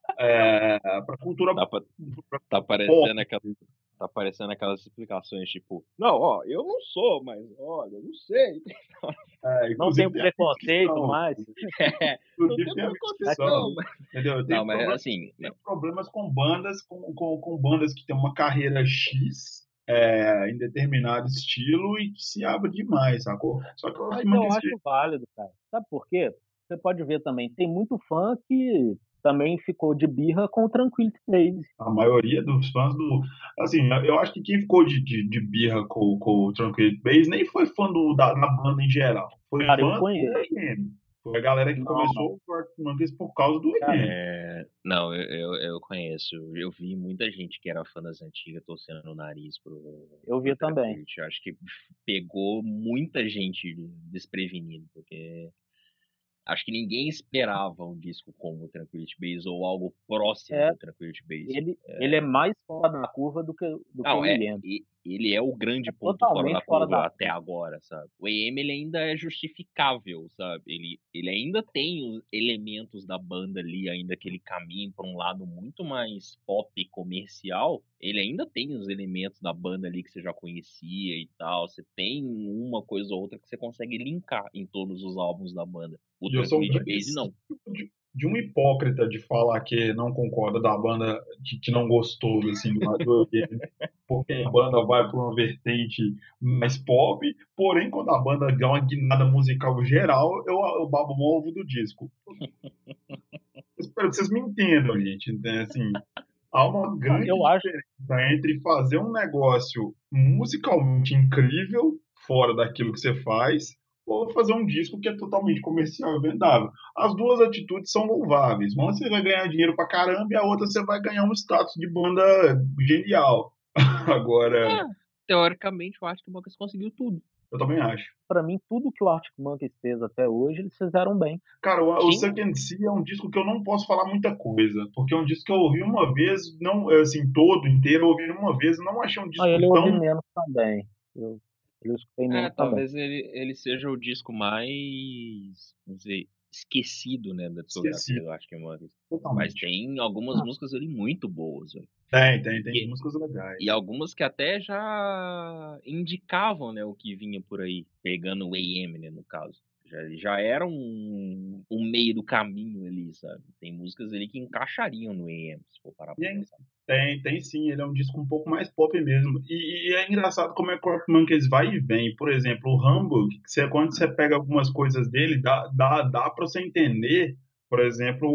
Speaker 2: pra cultura
Speaker 3: Tá,
Speaker 2: pra
Speaker 3: tá
Speaker 2: pop.
Speaker 3: parecendo aquela, tá parecendo aquelas explicações tipo, não, ó, eu não sou, mas olha, eu não sei.
Speaker 4: não tem
Speaker 2: Inclusive
Speaker 4: o
Speaker 2: tem a minha
Speaker 4: preconceito
Speaker 2: descrição.
Speaker 4: mais.
Speaker 3: Não
Speaker 2: Inclusive
Speaker 3: tem
Speaker 2: tem a minha
Speaker 3: preconceito,
Speaker 4: Mas
Speaker 2: descrição.
Speaker 3: não, mas...
Speaker 2: Entendeu?
Speaker 3: Não, mas assim,
Speaker 2: Tenho problemas com bandas, com bandas que têm uma carreira X em determinado estilo e que se abre demais, sacou? Só que eu acho que
Speaker 4: Mas eu
Speaker 2: manter
Speaker 4: acho válido, cara. Sabe por quê? Você pode ver também, tem muito fã que também ficou de birra com o Tranquility Base.
Speaker 2: a maioria dos fãs do. Assim, eu acho que quem ficou de birra com o Tranquility Base nem foi fã da banda em geral. Foi
Speaker 4: Cara, eu
Speaker 2: fã do
Speaker 4: conheço.
Speaker 2: E.M. Foi a galera que
Speaker 4: Não.
Speaker 2: começou o Arctic Monkeys por causa do
Speaker 4: Cara,
Speaker 2: E.M.
Speaker 3: não, eu conheço. Eu vi muita gente que era fã das antigas torcendo o nariz
Speaker 4: eu vi
Speaker 3: pro
Speaker 4: também.
Speaker 3: Tranquility. Eu acho que pegou muita gente desprevenida, porque acho que ninguém esperava um disco como o Tranquility Base ou algo próximo
Speaker 4: É,
Speaker 3: do Tranquility Base.
Speaker 4: ele é mais fora da curva do que
Speaker 3: Não,
Speaker 4: o IEM.
Speaker 3: ele é o grande
Speaker 4: É
Speaker 3: ponto fora da
Speaker 4: totalmente fora da
Speaker 3: curva até
Speaker 4: curva.
Speaker 3: agora, sabe? O EM ele ainda é justificável, sabe? Ele ainda tem os elementos da banda ali, ainda que ele caminhe para um lado muito mais pop comercial. Ele ainda tem os elementos da banda ali que você já conhecia e tal. Você tem uma coisa ou outra que você consegue linkar em todos os álbuns da banda. O
Speaker 2: E eu sou um
Speaker 3: Tranquility
Speaker 2: grande
Speaker 3: Base não.
Speaker 2: de um hipócrita de falar que não concorda da banda, que não gostou assim, do E.M. Porque a banda vai para uma vertente mais pop, porém, quando a banda dá uma guinada musical geral, eu babo o ovo do disco. Espero que vocês me entendam, gente. Né? Assim, há uma
Speaker 4: Não,
Speaker 2: grande
Speaker 4: eu acho,
Speaker 2: diferença entre fazer um negócio musicalmente incrível, fora daquilo que você faz, ou fazer um disco que é totalmente comercial e vendável. As duas atitudes são louváveis. Uma você vai ganhar dinheiro pra caramba e a outra você vai ganhar um status de banda genial. Agora,
Speaker 3: Teoricamente, eu acho que o Monkeys conseguiu tudo.
Speaker 2: eu também acho.
Speaker 4: pra mim, tudo que o Arctic Monkeys fez até hoje, eles fizeram bem.
Speaker 2: Cara, o
Speaker 3: Sim,
Speaker 2: Suck and See é um disco que eu não posso falar muita coisa, porque é um disco que eu ouvi uma vez, não, assim, todo inteiro, eu ouvi uma vez, e não achei um
Speaker 4: Ah,
Speaker 2: disco
Speaker 4: ele eu ouvi
Speaker 2: tão
Speaker 4: menos também. Eu escutei menos também.
Speaker 3: talvez ele seja o disco mais, vamos dizer, esquecido, né, da discografia
Speaker 2: esquecido,
Speaker 3: do Arctic Monkeys. Mas
Speaker 2: totalmente.
Speaker 3: tem algumas músicas ali muito boas, velho.
Speaker 2: Tem
Speaker 3: E,
Speaker 2: músicas
Speaker 3: e
Speaker 2: legais.
Speaker 3: algumas que até já indicavam, né, o que vinha por aí, pegando o AM, né, no caso. Já era um meio do caminho ali, sabe? Tem músicas ali que encaixariam no AM, se for parar pra pensar.
Speaker 2: Tem sim, ele é um disco um pouco mais pop mesmo. E é engraçado como é que o Arctic Monkeys vai e vem. Por exemplo, o Humbug, quando você pega algumas coisas dele, dá para você entender, por exemplo,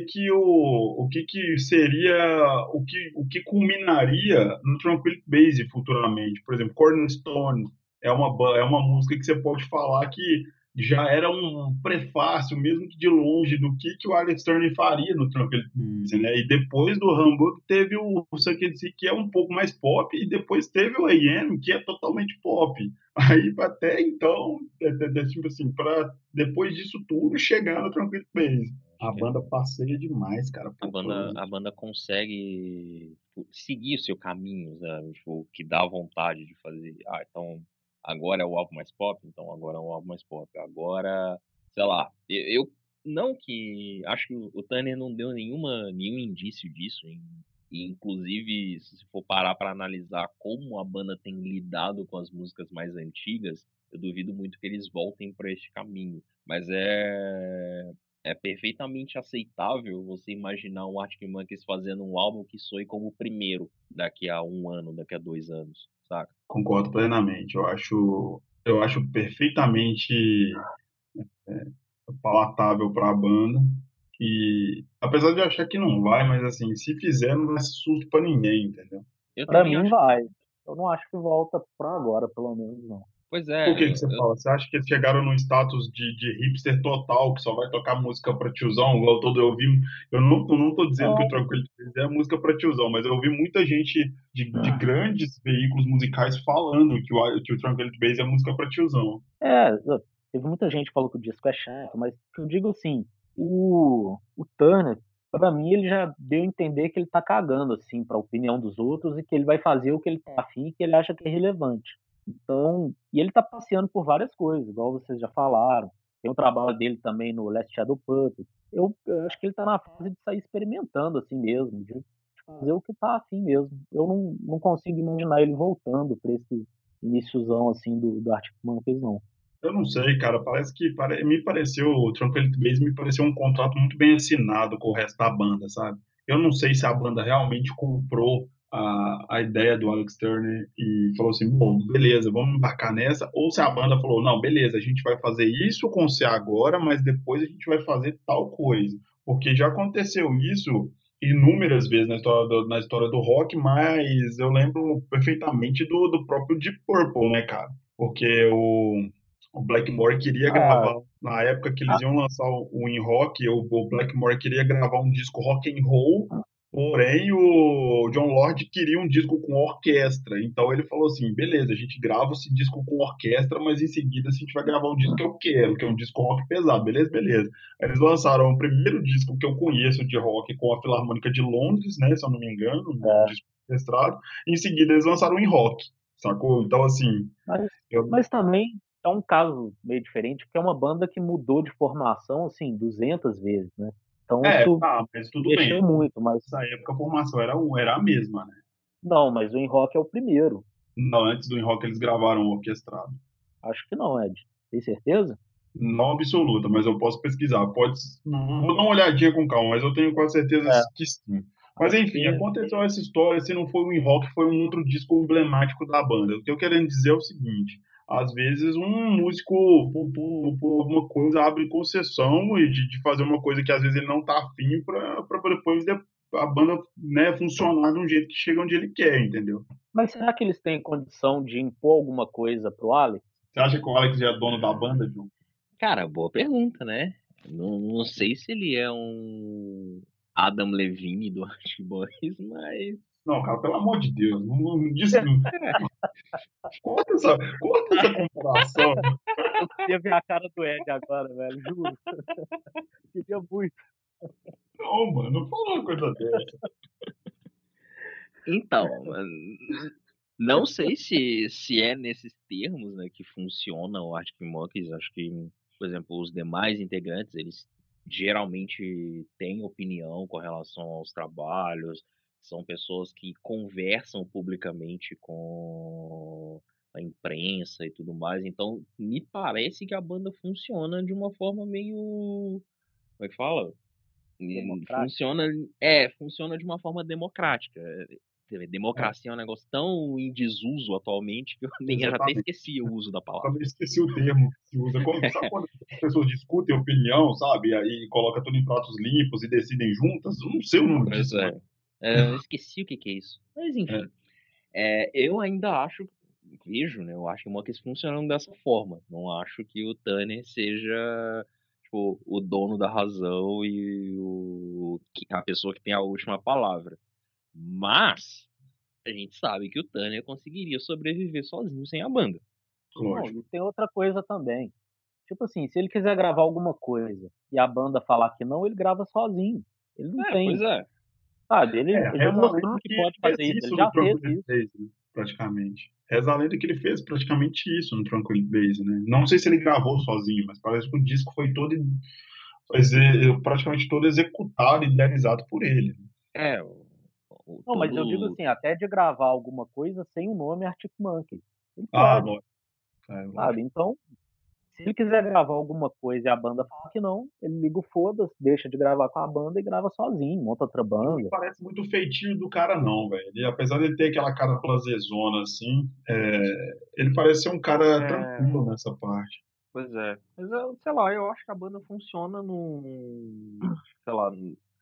Speaker 2: o que que seria, o que culminaria no Tranquility Base futuramente. Por exemplo, Cornerstone é uma música que você pode falar que já era um prefácio, mesmo que de longe, do que o Alex Turner faria no Tranquility Base, né? E depois do Hamburg teve o Suck and See, que é um pouco mais pop, e depois teve o AM, que é totalmente pop. Aí até então, tipo assim, para depois disso tudo chegar no Tranquility Base. A
Speaker 3: Acho que
Speaker 2: banda passeia demais, cara,
Speaker 3: a
Speaker 2: por
Speaker 3: banda,
Speaker 2: fãs.
Speaker 3: a banda consegue tipo, seguir o seu caminho, sabe? Tipo, que dá vontade de fazer. Ah, então agora é o álbum mais pop, então agora é um álbum mais pop. Agora, sei lá, eu não que acho que o Tanner não deu nenhum indício disso, e inclusive se for parar para analisar como a banda tem lidado com as músicas mais antigas, eu duvido muito que eles voltem para este caminho. Mas é perfeitamente aceitável você imaginar um Arctic Monkeys fazendo um álbum que soe como o primeiro daqui a um ano, daqui a 2 anos, saca?
Speaker 2: Concordo plenamente. Eu acho perfeitamente palatável para a banda. E apesar de eu achar que não vai, mas assim, se fizer, não vai ser susto para ninguém, entendeu?
Speaker 3: Eu
Speaker 4: Pra
Speaker 3: também
Speaker 4: mim
Speaker 3: acho.
Speaker 4: vai. Eu não acho que volta pra agora, pelo menos não.
Speaker 3: Pois
Speaker 2: Por
Speaker 3: é,
Speaker 2: que que você fala? Você acha que eles chegaram num status de hipster total, que só vai tocar música para tiozão, igual todo eu ouvi? Eu não tô dizendo que o
Speaker 4: Não,
Speaker 2: Tranquility Base é música para tiozão, mas eu ouvi muita gente de grandes veículos musicais falando que o Tranquility Base é música para tiozão.
Speaker 4: é, teve muita gente que falou que o disco é chato, mas eu digo assim, o Turner, pra mim, ele já deu a entender que ele tá cagando, assim, pra opinião dos outros e que ele vai fazer o que ele tá afim e que ele acha que é relevante. Então, e ele tá passeando por várias coisas, igual vocês já falaram. Tem o trabalho dele também no Last Shadow Puppet. Eu acho que ele tá na fase de sair experimentando, assim mesmo, de fazer o que tá afim mesmo. Eu não consigo imaginar ele voltando pra esse iniciozão, assim, do Arctic Monkeys, não.
Speaker 2: Eu não sei, cara. Parece que me pareceu, o Tranquility Base me pareceu um contrato muito bem assinado com o resto da banda, sabe? Eu não sei se a banda realmente comprou a ideia do Alex Turner e falou assim, bom, beleza, vamos embarcar nessa, ou se a banda falou, não, beleza, a gente vai fazer isso com você agora, mas depois a gente vai fazer tal coisa. Porque já aconteceu isso inúmeras vezes na história do rock, mas eu lembro perfeitamente do próprio Deep Purple, né, cara? Porque o Blackmore queria
Speaker 4: Ah,
Speaker 2: gravar, na época que eles
Speaker 4: ah,
Speaker 2: iam lançar o In Rock, o Blackmore queria gravar um disco rock and roll, porém o John Lord queria um disco com orquestra. Então ele falou assim: beleza, a gente grava esse disco com orquestra, mas em seguida a gente vai gravar um disco que eu quero, que é um disco rock pesado, beleza, beleza. Aí eles lançaram o primeiro disco que eu conheço de rock com a Filarmônica de Londres, né, se eu não me engano, um
Speaker 4: é,
Speaker 2: disco orquestrado. Em seguida eles lançaram o In Rock, sacou? Então assim.
Speaker 4: mas,
Speaker 2: Eu,
Speaker 4: mas também é um caso meio diferente, porque é uma banda que mudou de formação, assim, 200 vezes, né? Então isso
Speaker 2: tá, mas tudo bem.
Speaker 4: mexeu muito, mas
Speaker 2: Nessa época a formação era a mesma, né?
Speaker 4: não, mas o In Rock é o primeiro.
Speaker 2: Não, antes do In Rock eles gravaram o orquestrado.
Speaker 4: Acho que não, Ed. Tem certeza?
Speaker 2: Não absoluta, mas eu posso pesquisar. Vou dar uma olhadinha com calma, mas eu tenho quase certeza
Speaker 4: É,
Speaker 2: que sim. Mas
Speaker 4: acho
Speaker 2: enfim,
Speaker 4: que
Speaker 2: aconteceu essa história. Se não foi o In Rock, foi um outro disco emblemático da banda. O que eu quero dizer é o seguinte: às vezes um músico, por alguma coisa, abre concessão e de fazer uma coisa que às vezes ele não tá afim para depois a banda, né, funcionar de um jeito que chega onde ele quer, entendeu?
Speaker 4: mas será que eles têm condição de impor alguma coisa pro Alex?
Speaker 2: Você acha que o Alex já é dono da banda, João?
Speaker 3: Cara, boa pergunta, né? Não sei se ele é um Adam Levine do Arctic Boys, mas
Speaker 2: Não, cara, pelo amor de Deus, não diz, corta essa comparação.
Speaker 4: Eu queria ver a cara do Ed agora, velho, juro. Queria muito.
Speaker 2: Não, mano, não fala uma coisa dessa.
Speaker 3: então, não sei se é nesses termos, né, que funciona o Arctic Monkeys. Acho que, por exemplo, os demais integrantes, eles geralmente têm opinião com relação aos trabalhos, são pessoas que conversam publicamente a imprensa e tudo mais. Então, me parece que a banda funciona de uma forma meio. Como é que fala?
Speaker 4: Democrático.
Speaker 3: Funciona de uma forma democrática. Democracia é um negócio tão em desuso atualmente que eu já até
Speaker 2: Exatamente.
Speaker 3: esqueci o uso da palavra.
Speaker 2: Também esqueci o termo que se usa. Sabe quando as pessoas discutem opinião, sabe? Aí coloca tudo em pratos limpos e decidem juntas? Eu não sei o nome
Speaker 3: Pois
Speaker 2: disso, mas
Speaker 3: eu esqueci o que que é isso. Mas
Speaker 2: é,
Speaker 3: enfim, eu ainda vejo, né? Eu acho que o Monkeys funcionando dessa forma. Não acho que o Tanner seja, tipo, o dono da razão e a pessoa que tem a última palavra. Mas a gente sabe que o Tanner conseguiria sobreviver sozinho sem a banda.
Speaker 4: Não,
Speaker 2: lógico.
Speaker 4: e tem outra coisa também. Tipo assim, se ele quiser gravar alguma coisa e a banda falar que não, ele grava sozinho. Ele não
Speaker 3: Pois
Speaker 4: tem,
Speaker 3: é.
Speaker 4: sabe? Ele já
Speaker 2: Reza a lenda
Speaker 4: mostrou que
Speaker 2: que ele
Speaker 4: pode
Speaker 2: fez
Speaker 4: fazer isso. Ele
Speaker 2: isso no
Speaker 4: já fez
Speaker 2: Tranquility
Speaker 4: isso.
Speaker 2: Base, né? Praticamente. Reza a lenda que ele fez praticamente isso no Tranquility Base, né? Não sei se ele gravou sozinho, mas parece que o disco foi praticamente todo executado e idealizado por ele.
Speaker 3: É, o
Speaker 4: Não, mas eu digo
Speaker 3: todo.
Speaker 4: assim, até de gravar alguma coisa sem o nome Arctic Monkey. Ele
Speaker 2: Ah,
Speaker 4: pode,
Speaker 2: lógico.
Speaker 4: sabe?
Speaker 2: Lógico.
Speaker 4: Então, se ele quiser gravar alguma coisa e a banda fala que não, ele liga o foda-se, deixa de gravar com a banda e grava sozinho, monta outra
Speaker 2: Não me
Speaker 4: banda.
Speaker 2: parece muito feitio do cara, não, velho. Apesar de ele ter aquela cara blasezona, assim, ele parece ser um cara
Speaker 3: É,
Speaker 2: tranquilo nessa parte.
Speaker 3: pois é. Mas sei lá, eu acho que a banda funciona num. Sei lá,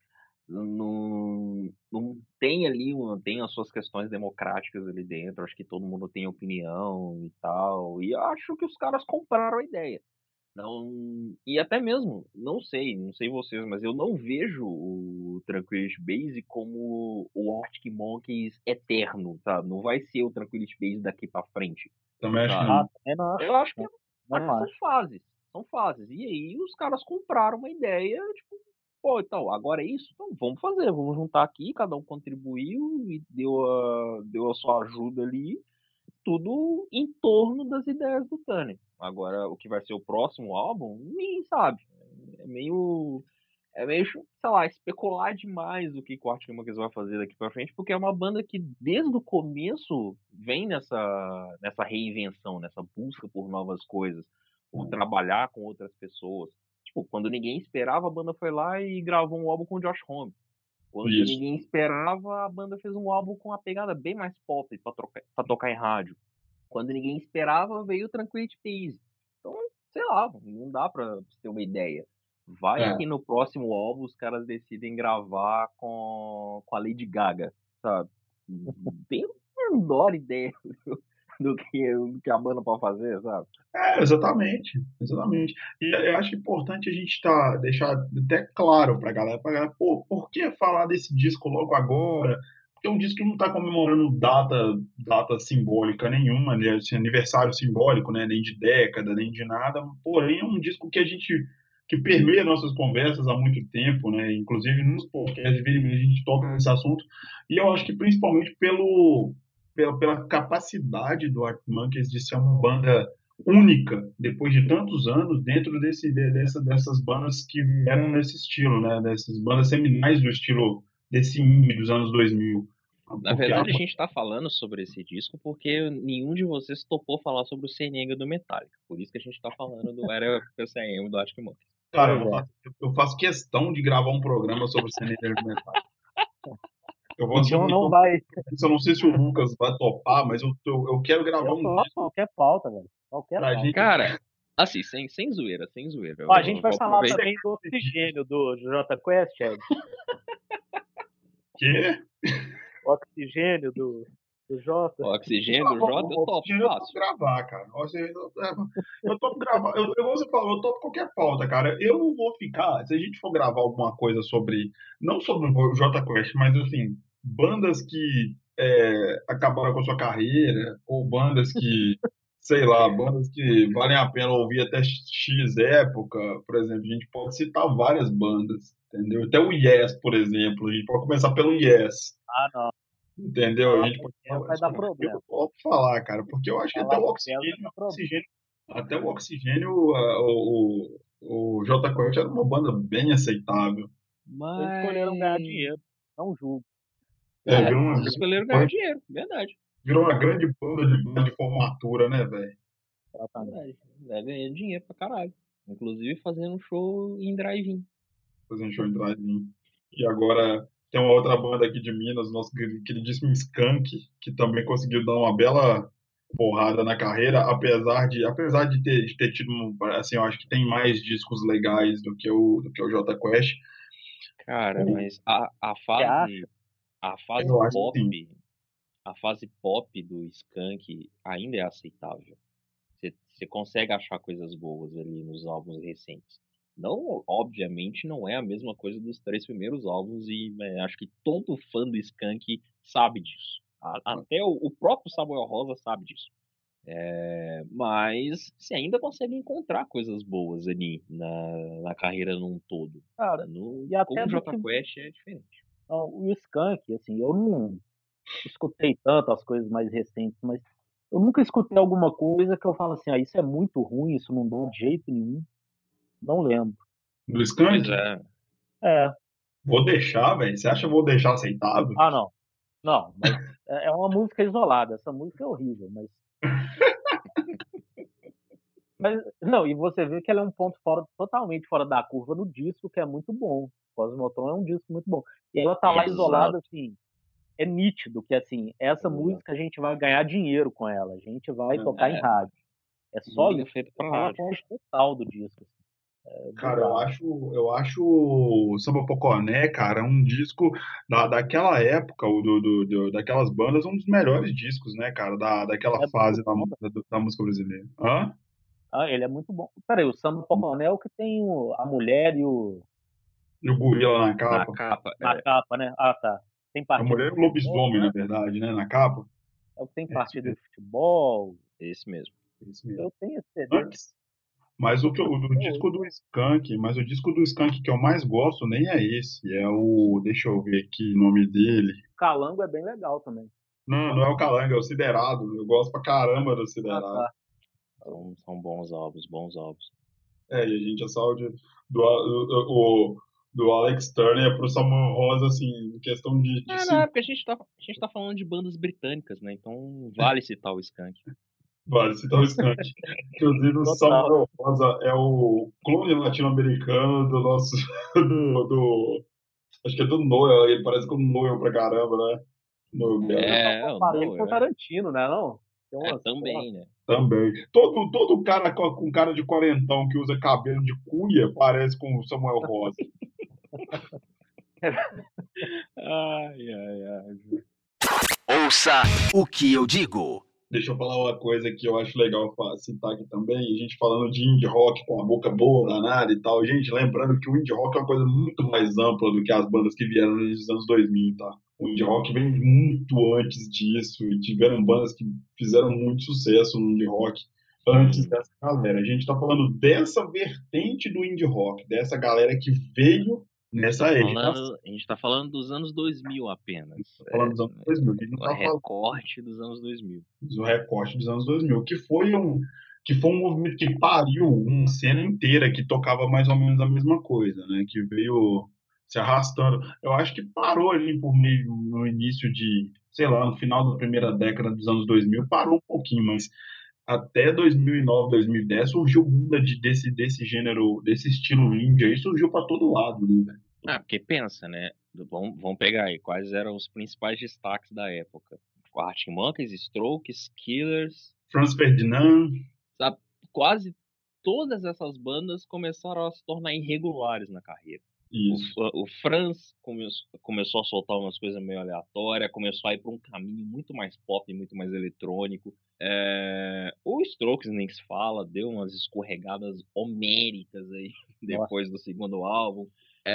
Speaker 3: não tem ali, tem as suas questões democráticas ali dentro. Acho que todo mundo tem opinião e tal. E acho que os caras compraram a ideia. Não, e até mesmo, não sei vocês, mas eu não vejo o Tranquility Base como o Arctic Monkeys eterno, sabe? Não vai ser o Tranquility Base daqui pra frente,
Speaker 2: Também acho que
Speaker 3: sabe?
Speaker 4: Ah,
Speaker 2: não.
Speaker 4: também não acho.
Speaker 3: Eu acho que,
Speaker 4: Eu não
Speaker 3: são
Speaker 4: acho.
Speaker 3: fases, são fases. E aí os caras compraram uma ideia, tipo, pô, então, agora é isso? Então vamos fazer, vamos juntar aqui, cada um contribuiu e deu a sua ajuda ali, tudo em torno das ideias do Tanner. Agora, o que vai ser o próximo álbum, ninguém sabe. É meio, sei lá, especular demais o que o Arctic Monkeys vai fazer daqui pra frente, porque é uma banda que desde o começo vem nessa reinvenção, nessa busca por novas coisas, por trabalhar com outras pessoas. Tipo, quando ninguém esperava, a banda foi lá e gravou um álbum com o Josh Homme. Quando
Speaker 2: Isso.
Speaker 3: ninguém esperava, a banda fez um álbum com uma pegada bem mais pop pra tocar em rádio. Quando ninguém esperava, veio o Tranquility Base. Então, sei lá, não dá pra ter uma ideia. Vai
Speaker 2: É.
Speaker 3: que no próximo álbum os caras decidem gravar com a Lady Gaga, sabe? Tem a menor ideia do que a banda pode fazer, sabe?
Speaker 2: Exatamente, exatamente. E eu acho importante a gente deixar até claro pra galera, pô, por que falar desse disco logo agora? Porque é um disco que não está comemorando data simbólica nenhuma, né? Assim, aniversário simbólico, né? Nem de década, nem de nada. Porém, é um disco que permeia nossas conversas há muito tempo, né? Inclusive nos podcasts, a gente toca nesse assunto. E eu acho que principalmente pela capacidade do Arctic Monkeys de ser uma banda única, depois de tantos anos, dentro dessas bandas que vieram nesse estilo, né? Dessas bandas seminais do estilo desse indie dos anos 2000.
Speaker 3: Na
Speaker 2: Porque
Speaker 3: verdade, a gente tá falando sobre esse disco porque nenhum de vocês topou falar sobre o Senega do Metallica. Por isso que a gente tá falando do Era PCM do Arctic Monkeys.
Speaker 2: cara,
Speaker 4: Pois é.
Speaker 2: eu faço questão de gravar um programa sobre o Cenário Metal. Eu vou
Speaker 4: O John
Speaker 2: assumir
Speaker 4: não vai.
Speaker 2: isso, eu não sei se o Lucas vai topar, mas eu quero gravar
Speaker 4: Eu
Speaker 2: um
Speaker 4: topo
Speaker 2: disco
Speaker 4: qualquer pauta, velho. Qualquer
Speaker 2: pra
Speaker 4: pauta.
Speaker 2: gente.
Speaker 3: Cara, assim, sem zoeira, sem zoeira.
Speaker 4: Ó, a
Speaker 3: Eu
Speaker 4: gente vai
Speaker 3: vou
Speaker 4: falar
Speaker 3: aproveitar.
Speaker 4: também do Oxigênio do Jota Quest, Ed.
Speaker 2: Que
Speaker 4: O Oxigênio do Jota.
Speaker 3: O Oxigênio do Jota, eu
Speaker 2: o
Speaker 3: topo,
Speaker 2: Oxigênio eu topo
Speaker 3: fácil.
Speaker 2: gravar, cara. Eu topo gravar. Você falou, eu topo qualquer pauta, cara. Eu não vou ficar. Se a gente for gravar alguma coisa sobre. Não sobre o Jota Quest, mas assim, bandas que acabaram com a sua carreira, ou bandas que. Sei lá, bandas que valem a pena ouvir até X época, por exemplo, a gente pode citar várias bandas, entendeu? Até o Yes, por exemplo, a gente pode começar pelo Yes.
Speaker 4: Ah, não.
Speaker 2: Entendeu? A
Speaker 4: Falar
Speaker 2: gente
Speaker 4: por
Speaker 2: pode
Speaker 4: tempo
Speaker 2: falar
Speaker 4: vai
Speaker 2: isso.
Speaker 4: dar
Speaker 2: Eu
Speaker 4: problema.
Speaker 2: topo falar, cara, porque eu acho que
Speaker 4: Falar por tempo vai dar problema.
Speaker 2: até o Oxigênio, o J Quest era uma banda bem aceitável.
Speaker 4: Eles escolheram ganhar
Speaker 3: Mas.
Speaker 4: dinheiro. Não julgo.
Speaker 2: Virou
Speaker 3: Eles escolheram ganhar dinheiro, verdade.
Speaker 2: Virou uma grande banda de formatura, né, velho?
Speaker 4: Exatamente.
Speaker 3: Ganhando dinheiro pra caralho. Inclusive fazendo show em drive-in.
Speaker 2: Fazendo show em drive-in. E agora tem uma outra banda aqui de Minas, nosso queridíssimo Skank, que também conseguiu dar uma bela porrada na carreira, apesar de ter tido, assim, eu acho que tem mais discos legais do que o Jota Quest.
Speaker 3: Cara, mas
Speaker 4: Você acha?
Speaker 3: a fase
Speaker 2: Eu acho
Speaker 3: pop,
Speaker 2: assim,
Speaker 3: a fase pop do Skank ainda é aceitável. Você consegue achar coisas boas ali nos álbuns recentes. Não, obviamente, não é a mesma coisa dos três primeiros álbuns e acho que todo fã do Skank sabe disso. Até o próprio Samuel Rosa sabe disso. Mas você ainda consegue encontrar coisas boas ali na carreira num todo.
Speaker 4: Cara, e
Speaker 3: Como
Speaker 4: até
Speaker 3: o
Speaker 4: do
Speaker 3: Jota
Speaker 4: que
Speaker 3: Quest é diferente.
Speaker 4: o Skank, assim, eu não escutei tanto as coisas mais recentes, mas eu nunca escutei alguma coisa que eu falo assim, isso é muito ruim, isso não dá de jeito nenhum. Não lembro.
Speaker 2: do
Speaker 3: Pois
Speaker 2: Skank,
Speaker 3: é.
Speaker 4: É,
Speaker 2: vou deixar, velho. Você acha que eu vou deixar aceitável?
Speaker 4: não. Não, mas é uma música isolada. Essa música é horrível, mas não, e você vê que ela é um ponto totalmente fora da curva no disco, que é muito bom. Cosmotron é um disco muito bom. E ela tá lá isolada,
Speaker 3: Exato.
Speaker 4: assim, é nítido que, assim, essa
Speaker 3: Exato.
Speaker 4: música a gente vai ganhar dinheiro com ela, a gente vai tocar em
Speaker 3: É,
Speaker 4: rádio. É só
Speaker 3: música
Speaker 4: isso.
Speaker 3: feita pra
Speaker 4: É uma
Speaker 3: rádio.
Speaker 4: ponte total do disco, assim, é
Speaker 2: Cara, eu
Speaker 4: bizarro.
Speaker 2: acho, eu acho o Samba Poconé, cara, um disco daquela época, daquelas bandas, um dos melhores discos, né, cara, daquela
Speaker 4: É muito
Speaker 2: fase da,
Speaker 4: bom.
Speaker 2: da música brasileira. Hã?
Speaker 4: Ele é muito bom. Peraí, o Samba Poconé que tem a mulher e o
Speaker 2: E o gorila na
Speaker 3: Na
Speaker 2: capa.
Speaker 3: capa,
Speaker 4: na capa, né? Ah, tá. Tem
Speaker 2: A
Speaker 4: partida
Speaker 2: mulher
Speaker 4: de
Speaker 2: é um
Speaker 4: futebol,
Speaker 2: lobisomem,
Speaker 4: né?
Speaker 2: na verdade, né, na capa.
Speaker 4: É o que tem
Speaker 2: É isso
Speaker 4: partida
Speaker 2: mesmo.
Speaker 4: de futebol.
Speaker 3: esse mesmo.
Speaker 2: É isso mesmo.
Speaker 4: Eu tenho esse CD,
Speaker 2: Antes, mas
Speaker 4: eu curto
Speaker 2: o
Speaker 4: até
Speaker 2: disco
Speaker 4: hoje.
Speaker 2: do Skank, mas o disco do Skank que eu mais gosto nem é esse, é o, deixa eu ver aqui o nome dele.
Speaker 4: Calango é bem legal também.
Speaker 2: Não, não é o Calango, é o Siderado. Eu gosto pra caramba do
Speaker 4: Ah,
Speaker 2: Siderado.
Speaker 4: tá.
Speaker 3: São bons álbuns, bons álbuns.
Speaker 2: É, e a gente é saúde do Alex Turner pro Samuel Rosa, assim, em questão de
Speaker 3: Não, é
Speaker 2: segundo,
Speaker 3: porque a gente tá falando de bandas britânicas, né? Então vale citar o Skank.
Speaker 2: vale citar o Skank. Inclusive, o
Speaker 4: Total.
Speaker 2: Samuel Rosa é o clone latino-americano do nosso. Acho que é do Noel, ele parece com o Noel pra caramba, né? Noel Gallagher.
Speaker 4: O pessoal
Speaker 3: O
Speaker 4: compara ele com o
Speaker 3: Noel,
Speaker 4: Tarantino, né? Não? Tem umas...
Speaker 3: também, né?
Speaker 2: Também. Todo cara com cara de quarentão que usa cabelo de cuia parece com o Samuel Rosa.
Speaker 3: Ai, ai, ai.
Speaker 1: Ouça o que eu digo.
Speaker 2: Deixa eu falar uma coisa que eu acho legal citar aqui também. A gente falando de indie rock com a boca boa, danada e tal. Gente, lembrando que o indie rock é uma coisa muito mais ampla do que as bandas que vieram nos anos 2000, tá? O indie rock vem muito antes disso e tiveram bandas que fizeram muito sucesso no indie rock antes dessa galera. A gente tá falando dessa vertente do indie rock, dessa galera que veio nessa geração.
Speaker 3: A gente tá falando dos anos 2000 apenas.
Speaker 2: Tá falando dos anos 2000. A gente não
Speaker 3: O
Speaker 2: tá falando
Speaker 3: recorte dos anos 2000.
Speaker 2: do recorte dos anos 2000, que foi um movimento que pariu uma cena inteira que tocava mais ou menos a mesma coisa, né? Que veio se arrastando. Eu acho que parou ali por meio no início de, sei lá, no final da primeira década dos anos 2000, parou um pouquinho, mas até 2009, 2010 surgiu bunda desse gênero, desse estilo indie aí, surgiu para todo lado, né?
Speaker 3: Porque pensa, né? Vamos pegar aí quais eram os principais destaques da época. Arctic Monkeys, Strokes, Killers,
Speaker 2: Franz Ferdinand,
Speaker 3: sabe? Quase todas essas bandas começaram a se tornar irregulares na carreira.
Speaker 2: isso.
Speaker 3: O Franz começou a soltar umas coisas meio aleatórias, começou a ir para um caminho muito mais pop, muito mais eletrônico. O Strokes nem se fala, deu umas escorregadas homéricas aí depois do segundo álbum.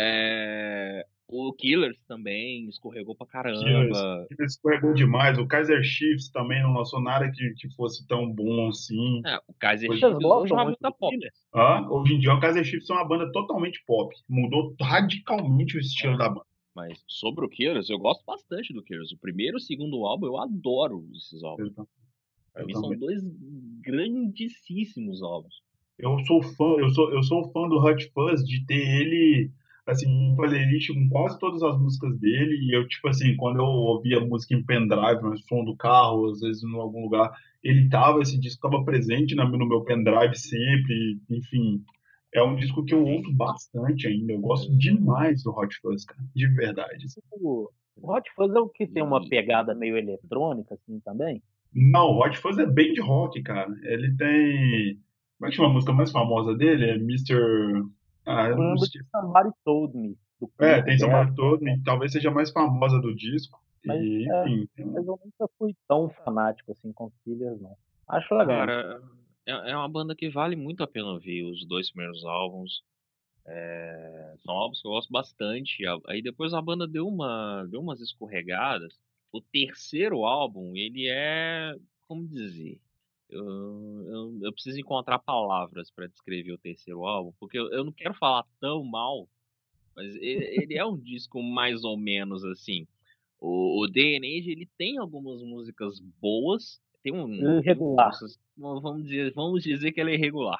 Speaker 3: O Killers também escorregou pra caramba.
Speaker 2: Que escorregou demais. O Kaiser Chiefs também não lançou nada que fosse tão bom assim.
Speaker 3: O Kaiser
Speaker 2: Hoje,
Speaker 3: Chiefs
Speaker 4: Vocês
Speaker 3: hoje é
Speaker 4: gostam
Speaker 3: uma
Speaker 4: muito
Speaker 3: banda
Speaker 4: do
Speaker 3: pop.
Speaker 4: Killers?
Speaker 2: hoje em dia, o Kaiser Chiefs é uma banda totalmente pop. Mudou radicalmente o estilo da banda.
Speaker 3: Mas sobre o Killers, eu gosto bastante do Killers. O primeiro e o segundo álbum, eu adoro esses álbuns. Pra
Speaker 2: Eu
Speaker 3: mim são
Speaker 2: também.
Speaker 3: dois grandíssimos álbuns.
Speaker 2: Eu sou fã do Hot Fuzz de ter ele assim, um playlist com quase todas as músicas dele, e eu, tipo assim, quando eu ouvia música em pendrive, no som do carro, às vezes em algum lugar, esse disco estava presente no meu pendrive sempre, enfim, é um disco que eu ouço bastante ainda, eu gosto demais do Hot Fuzz, cara, de verdade.
Speaker 4: O Hot Fuzz é o que tem uma
Speaker 3: E,
Speaker 4: pegada meio eletrônica, assim, também?
Speaker 2: Não, o Hot Fuzz é bem de rock, cara, ele tem, como é que chama a música mais famosa dele? É Mister... Ah, eu
Speaker 4: Eu
Speaker 2: não
Speaker 4: lembro de
Speaker 2: esqueci.
Speaker 4: Somebody Told Me, do
Speaker 2: É,
Speaker 4: clipe
Speaker 2: tem
Speaker 4: dela,
Speaker 2: Somebody Told Me, talvez seja a mais famosa do disco.
Speaker 4: mas,
Speaker 2: E, enfim,
Speaker 4: mas eu nunca fui tão fanático, assim, com Killers, não. Acho legal.
Speaker 3: cara, é uma banda que vale muito a pena ouvir os dois primeiros álbuns. São álbuns que eu gosto bastante. Aí depois a banda deu umas escorregadas. O terceiro álbum, ele é, como dizer, eu preciso encontrar palavras para descrever o terceiro álbum, porque eu não quero falar tão mal, mas ele é um disco mais ou menos assim. O Day and Age, ele tem algumas músicas boas, tem
Speaker 4: Irregular.
Speaker 3: músicas, vamos dizer que ela é irregular.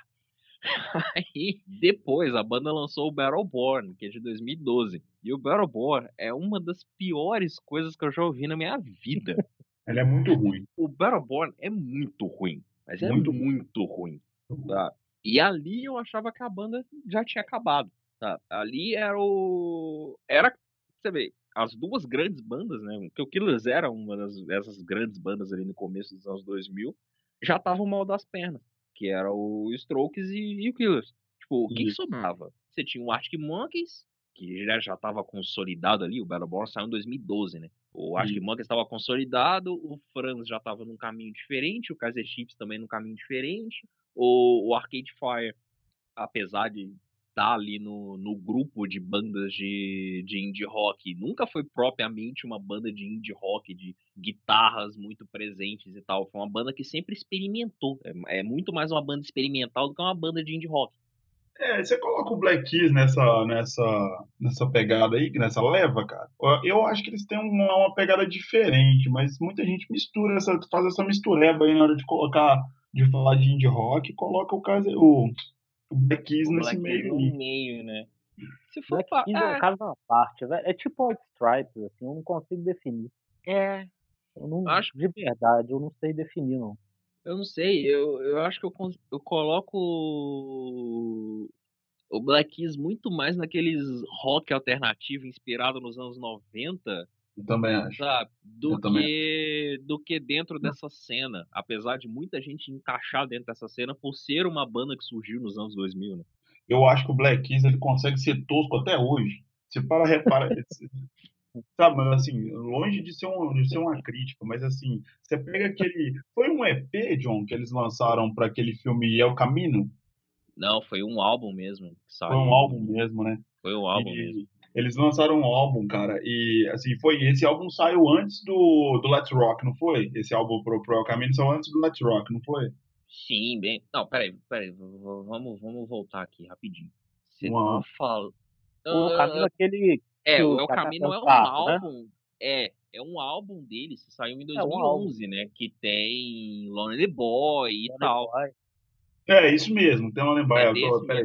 Speaker 3: Aí, depois, a banda lançou o Battleborn, que é de 2012. E o Battleborn é uma das piores coisas que eu já ouvi na minha vida.
Speaker 2: ele é muito ruim.
Speaker 3: O Battleborn é muito ruim, mas é
Speaker 2: Muito ruim.
Speaker 3: muito ruim, tá? E ali eu achava que a banda já tinha acabado, tá? Ali era, você vê, as duas grandes bandas, né? Porque o Killers era dessas grandes bandas ali no começo dos anos 2000, já estavam mal das pernas, que era o Strokes e o Killers. Tipo, o que
Speaker 2: E,
Speaker 3: sobrava? Você tinha o Arctic Monkeys, que já estava consolidado ali, o Battleborn saiu em 2012, né? O Arctic
Speaker 2: e,
Speaker 3: Monkeys estava consolidado, o Franz já estava num caminho diferente, o Kaiser Chiefs também num caminho diferente, o Arcade Fire, apesar de estar ali no grupo de bandas de indie rock, nunca foi propriamente uma banda de indie rock, de guitarras muito presentes e tal. Foi uma banda que sempre experimentou. É muito mais uma banda experimental do que uma banda de indie rock.
Speaker 2: você coloca o Black Keys nessa pegada aí, nessa leva, cara. Eu acho que eles têm uma pegada diferente, mas muita gente faz essa mistureba aí na hora de de falar de indie rock, e coloca o Black Keys
Speaker 3: O
Speaker 2: nesse
Speaker 3: Black Keys
Speaker 2: meio
Speaker 3: no
Speaker 2: aí.
Speaker 3: meio, né? Se for
Speaker 4: Black Keys é um caso à parte, velho. É tipo White Stripes, assim, eu não consigo definir.
Speaker 3: é,
Speaker 4: Eu não,
Speaker 3: acho
Speaker 4: de verdade, eu não sei definir, não.
Speaker 3: Eu não sei, eu acho que eu coloco o Black Keys muito mais naqueles rock alternativo inspirado nos anos 90,
Speaker 2: Eu também acho.
Speaker 3: sabe?
Speaker 2: Eu também acho.
Speaker 3: Do que dentro dessa cena. Apesar de muita gente encaixar dentro dessa cena por ser uma banda que surgiu nos anos 2000, né?
Speaker 2: Eu acho que o Black Keys ele consegue ser tosco até hoje. Você repara, sabe, mas assim, longe de ser uma crítica, mas assim, você pega aquele. Foi um EP, John, que eles lançaram para aquele filme El Camino?
Speaker 3: Não, foi um álbum mesmo que
Speaker 2: Foi um
Speaker 3: saiu.
Speaker 2: álbum mesmo, né?
Speaker 3: Foi um álbum mesmo.
Speaker 2: E eles lançaram um álbum, cara, e assim, esse álbum saiu antes do Let's Rock, não foi? Esse álbum pro El Camino saiu antes do Let's Rock, não foi?
Speaker 3: Sim, bem. Não, peraí. Vamos voltar aqui rapidinho. Você tá
Speaker 2: Uma,
Speaker 3: falando.
Speaker 4: O caminho aquele que
Speaker 3: O
Speaker 4: o
Speaker 3: El
Speaker 4: Kaká tem
Speaker 3: Camino
Speaker 4: um
Speaker 3: é um
Speaker 4: carro, né?
Speaker 3: álbum. É um álbum dele, que saiu em
Speaker 4: É um álbum.
Speaker 3: 2011, né? Que tem Lonely Boy e
Speaker 4: Lonely
Speaker 3: tal.
Speaker 4: Boy.
Speaker 2: é isso mesmo, tem uma
Speaker 3: É
Speaker 2: lembrança.
Speaker 3: desse
Speaker 2: Peraí,
Speaker 3: mesmo.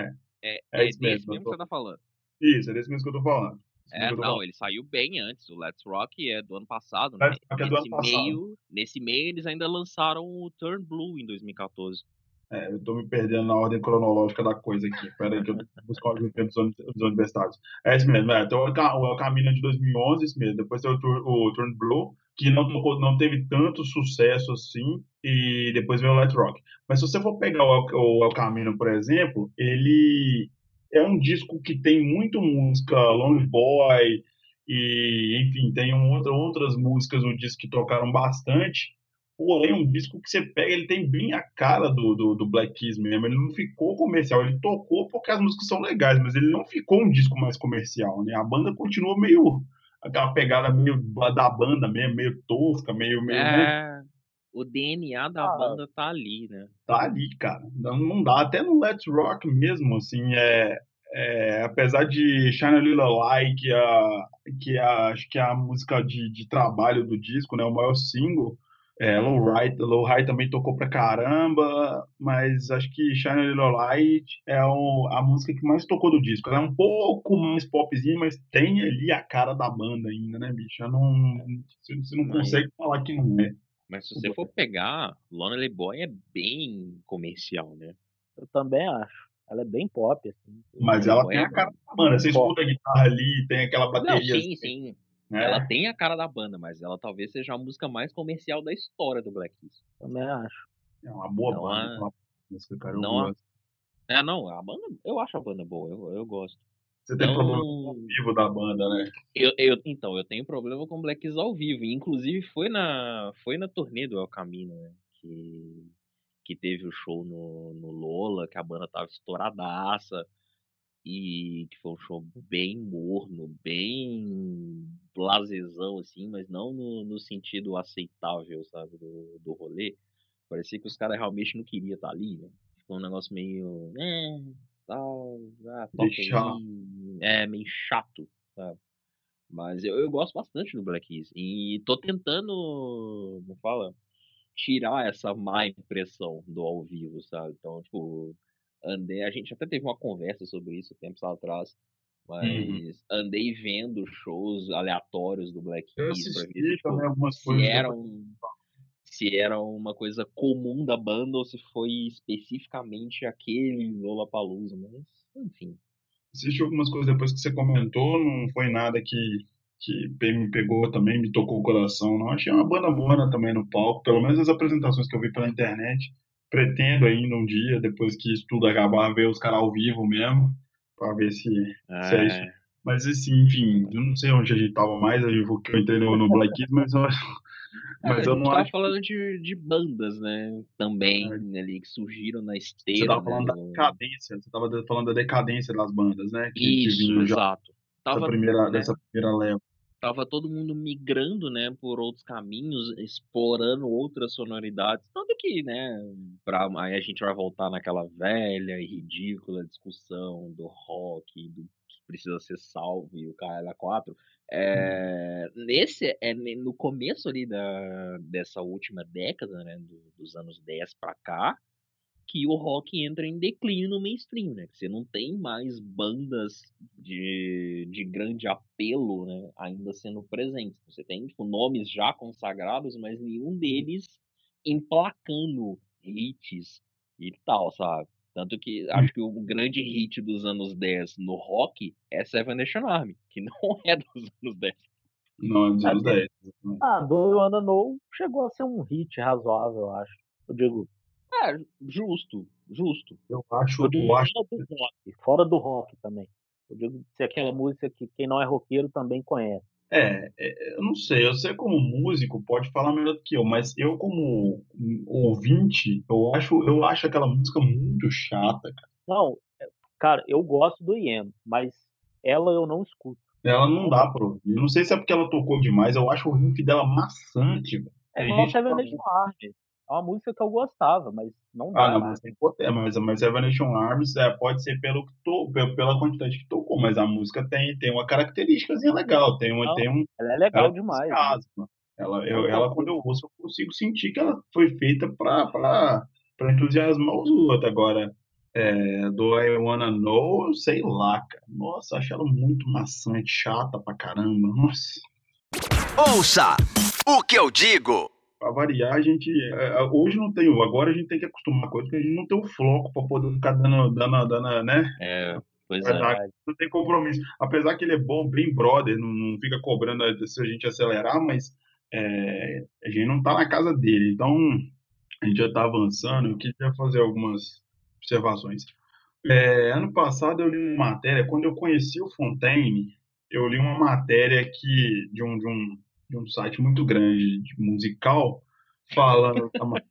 Speaker 2: é
Speaker 3: É
Speaker 2: isso mesmo.
Speaker 3: desse mesmo que você tá falando.
Speaker 2: Isso, é desse mesmo que eu tô falando. Esse mesmo que eu tô
Speaker 3: Não,
Speaker 2: falando.
Speaker 3: ele saiu bem antes. O Let's Rock é do ano passado, né?
Speaker 2: Let's Rock é do ano passado.
Speaker 3: Nesse meio eles ainda lançaram o Turn Blue em 2014.
Speaker 2: Eu tô me perdendo na ordem cronológica da coisa aqui. Pera aí que eu vou buscar o ajuda dos universitários. É isso mesmo, Então, o El Camino de 2011, isso mesmo. Depois tem o Turn Blue, que não teve tanto sucesso assim, e depois veio o Let Rock. Mas se você for pegar o El Camino, por exemplo, ele é um disco que tem muito música Lonely Boy, e enfim, tem outras músicas no disco que tocaram bastante. Porém, é um disco que você pega, ele tem bem a cara do Black Keys mesmo. Ele não ficou comercial, ele tocou porque as músicas são legais, mas ele não ficou um disco mais comercial, né? A banda continua meio aquela pegada meio da banda mesmo, meio tosca, meio, né?
Speaker 3: O DNA da
Speaker 4: Ah,
Speaker 3: banda tá ali, né?
Speaker 2: Tá ali, cara. Não dá. Até no Let's Rock mesmo, assim, apesar de Shine a Little Light, acho que é a música de trabalho do disco, né? O maior single. Low High também tocou pra caramba, mas acho que Shine a Little Light é a música que mais tocou do disco. Ela é um pouco mais popzinha, mas tem ali a cara da banda ainda, né, bicho? Você não
Speaker 3: Mas,
Speaker 2: consegue falar que não é.
Speaker 3: mas se você for pegar, Lonely Boy é bem comercial, né?
Speaker 4: Eu também acho. Ela é bem pop, assim.
Speaker 2: Mas
Speaker 3: Lonely
Speaker 2: ela
Speaker 3: Boy
Speaker 2: tem
Speaker 3: é
Speaker 2: a cara da banda. Você
Speaker 4: Pop.
Speaker 2: escuta a guitarra ali, tem aquela
Speaker 3: Não,
Speaker 2: bateria,
Speaker 3: sim, sim. Ela
Speaker 2: né?
Speaker 3: tem a cara da banda, mas ela talvez seja a música mais comercial da história do Black Keys.
Speaker 4: Também acho.
Speaker 2: É uma boa
Speaker 3: Não
Speaker 2: banda,
Speaker 3: a,
Speaker 2: uma música, cara, eu
Speaker 3: não a,
Speaker 2: gosto.
Speaker 3: não, a banda, eu acho a banda boa, eu gosto.
Speaker 2: Você tem problema com o
Speaker 3: Então,
Speaker 2: vivo da banda, né?
Speaker 3: então, eu tenho problema com Black Keys ao vivo. Inclusive, foi na turnê do El Camino, né? Que teve o show no Lola, que a banda tava estouradaça. E que foi um show bem morno, bem blasezão, assim, mas não no sentido aceitável, sabe, do rolê. Parecia que os caras realmente não queriam estar ali, né? Ficou um negócio meio, tal, toca
Speaker 2: Deixar.
Speaker 3: aí, meio chato, sabe? Mas eu gosto bastante do Black Keys. E tô tentando, como fala, tirar essa má impressão do ao vivo, sabe? Então, tipo, a gente até teve uma conversa sobre isso tempos atrás,
Speaker 2: Uhum.
Speaker 3: mas andei vendo shows aleatórios do Black
Speaker 2: Eu
Speaker 3: Keys pra ver se,
Speaker 2: assisti também
Speaker 3: tipo,
Speaker 2: algumas
Speaker 3: se
Speaker 2: coisas
Speaker 3: era
Speaker 2: depois.
Speaker 3: um, se era uma coisa comum da banda ou se foi especificamente aquele Lollapalooza, mas enfim.
Speaker 2: Assisti algumas coisas depois que você comentou, não foi nada que me pegou também, me tocou o coração, não. Achei uma banda boa também no palco, pelo menos as apresentações que eu vi pela internet. Pretendo ainda um dia, depois que isso tudo acabar, ver os caras ao vivo mesmo, pra ver se é isso.
Speaker 3: É,
Speaker 2: Mas assim, enfim, eu não sei onde a gente tava mais, que eu entrei no Black Keys,
Speaker 3: a
Speaker 2: mas eu
Speaker 3: gente
Speaker 2: não
Speaker 3: tava
Speaker 2: acho.
Speaker 3: falando de bandas, né? Também
Speaker 2: Né,
Speaker 3: ali que surgiram na
Speaker 2: você
Speaker 3: esteira,
Speaker 2: tava
Speaker 3: né?
Speaker 2: falando da decadência, você tava falando da decadência das bandas, né? Que
Speaker 3: Isso,
Speaker 2: vinham já
Speaker 3: exato. Tava, né?
Speaker 2: dessa primeira leva.
Speaker 3: Tava todo mundo migrando, né, por outros caminhos, explorando outras sonoridades. Tanto que, né, aí a gente vai voltar naquela velha e ridícula discussão do rock, do que precisa ser salvo e o caralho a quatro. No começo ali dessa última década, né, dos anos 10 pra cá, que o rock entra em declínio no mainstream, né? Você não tem mais bandas de grande apelo, né, ainda sendo presentes. Você tem, tipo, nomes já consagrados, mas nenhum deles emplacando hits e tal, sabe? Tanto que acho que o grande hit dos anos 10 no rock é Seven Nation Army, que não é dos anos 10.
Speaker 2: Não, dos anos
Speaker 4: Assim,
Speaker 2: 10.
Speaker 4: Do You Wanna Know chegou a ser um hit razoável, eu acho. Eu digo,
Speaker 3: É, justo, justo.
Speaker 4: eu digo
Speaker 2: Eu acho,
Speaker 4: fora do rock, fora do rock também. Eu digo se é aquela música que quem não é roqueiro também conhece.
Speaker 2: eu não sei, você como músico pode falar melhor do que eu, mas eu como ouvinte, eu acho aquela música muito chata, cara.
Speaker 4: Não, cara, eu gosto do IEM, mas ela eu não escuto.
Speaker 2: Ela não
Speaker 4: Não
Speaker 2: dá
Speaker 4: gosto.
Speaker 2: pra ouvir. Eu não sei se é porque ela tocou demais, eu acho o riff dela maçante, velho.
Speaker 4: É
Speaker 2: Tem
Speaker 4: igual
Speaker 2: gente que
Speaker 4: Seven
Speaker 2: fala,
Speaker 4: Nation Army. É uma música que eu gostava, mas não
Speaker 2: ah,
Speaker 4: dá,
Speaker 2: não,
Speaker 4: cara.
Speaker 2: mas tem potência, mas Evanescence Arms pode ser pela quantidade que tocou, mas a música tem uma característicazinha legal,
Speaker 4: Não, ela é
Speaker 2: ela
Speaker 4: legal
Speaker 2: tem
Speaker 4: demais, mas
Speaker 2: entusiasmo.
Speaker 4: não
Speaker 2: Quando
Speaker 4: roqueiro.
Speaker 2: eu ouço, eu consigo sentir que ela foi feita para entusiasmar os outros. Agora, do I Wanna Know, sei lá, cara. Nossa, acho ela muito maçante, chata pra caramba. Nossa.
Speaker 1: Ouça o que eu digo.
Speaker 2: Pra variar, a gente. Hoje não tem. Agora a gente tem que acostumar com a coisa, porque a gente não tem o floco pra poder ficar dando, né?
Speaker 3: Pois
Speaker 2: Vai
Speaker 3: é.
Speaker 2: dar, não tem compromisso. Apesar que ele é bom, bem brother, não fica cobrando se a gente acelerar, mas a gente não tá na casa dele. Então, a gente já tá avançando. Eu queria fazer algumas observações. Ano passado eu li uma matéria, quando eu conheci o Fontaine, eu li uma matéria de um site muito grande de musical, falando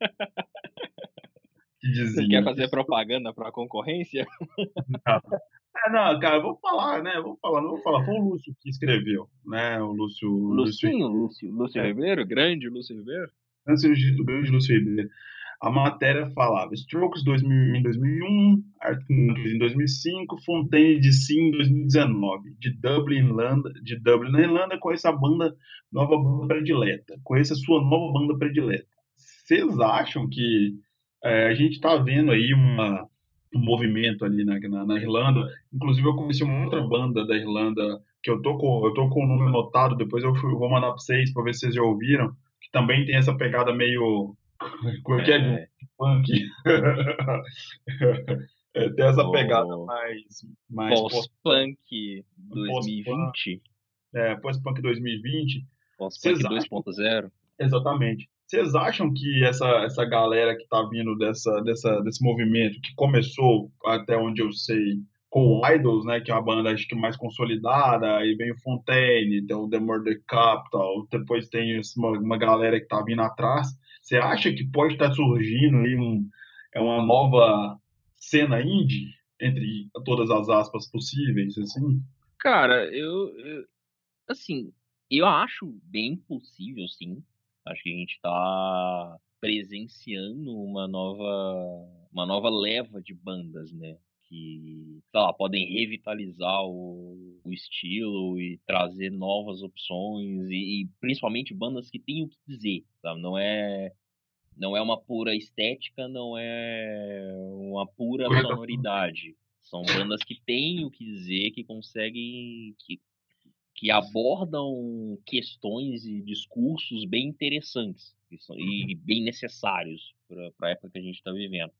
Speaker 2: que
Speaker 3: Não quer
Speaker 2: dizia que
Speaker 3: fazer propaganda para a concorrência?
Speaker 2: não, cara, eu vou falar, né? Não vou falar. Foi o Lúcio que escreveu, né? O Lúcio,
Speaker 3: Lúcio Ribeiro, grande Lúcio Ribeiro.
Speaker 2: antes do grande Lúcio Ribeiro. A matéria falava Strokes 2000, em 2001, Arctic Monkeys em 2005, Fontaine DC em 2019. De Dublin, na Irlanda, conheça a banda, nova banda predileta. Conheça a sua nova banda predileta. Vocês acham que a gente está vendo aí um movimento ali na Irlanda? Inclusive, eu conheci uma outra banda da Irlanda que eu tô com o nome anotado, depois eu vou mandar para vocês para ver se vocês já ouviram, que também tem essa pegada meio como é que é de um
Speaker 3: É,
Speaker 2: funk? Tem essa pegada
Speaker 3: o
Speaker 2: mais
Speaker 3: pós-punk
Speaker 2: pós-punk,
Speaker 3: 2020,
Speaker 2: pós-punk 2020.
Speaker 3: pós-punk
Speaker 2: Vocês acham,
Speaker 3: 2.0.
Speaker 2: exatamente, vocês acham que essa galera que está vindo desse movimento, que começou, até onde eu sei, com o Idols, né, que é uma banda acho que mais consolidada, aí vem o Fontaine, tem o The Murder Capital, depois tem uma galera que está vindo atrás. Você acha que pode estar surgindo aí uma nova cena indie, entre todas as aspas possíveis, assim?
Speaker 3: Cara, assim, eu acho bem possível, sim. Acho que a gente está presenciando uma nova leva de bandas, né? Que, sei lá, podem revitalizar o estilo e trazer novas opções e principalmente bandas que têm o que dizer, sabe? Não é uma pura estética, não é uma pura sonoridade. São bandas que têm o que dizer, que conseguem, que abordam questões e discursos bem interessantes e bem necessários para a época que a gente está vivendo.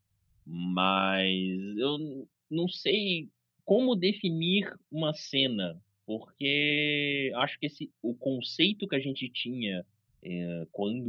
Speaker 3: Mas eu não sei como definir uma cena, porque acho que o conceito que a gente tinha quando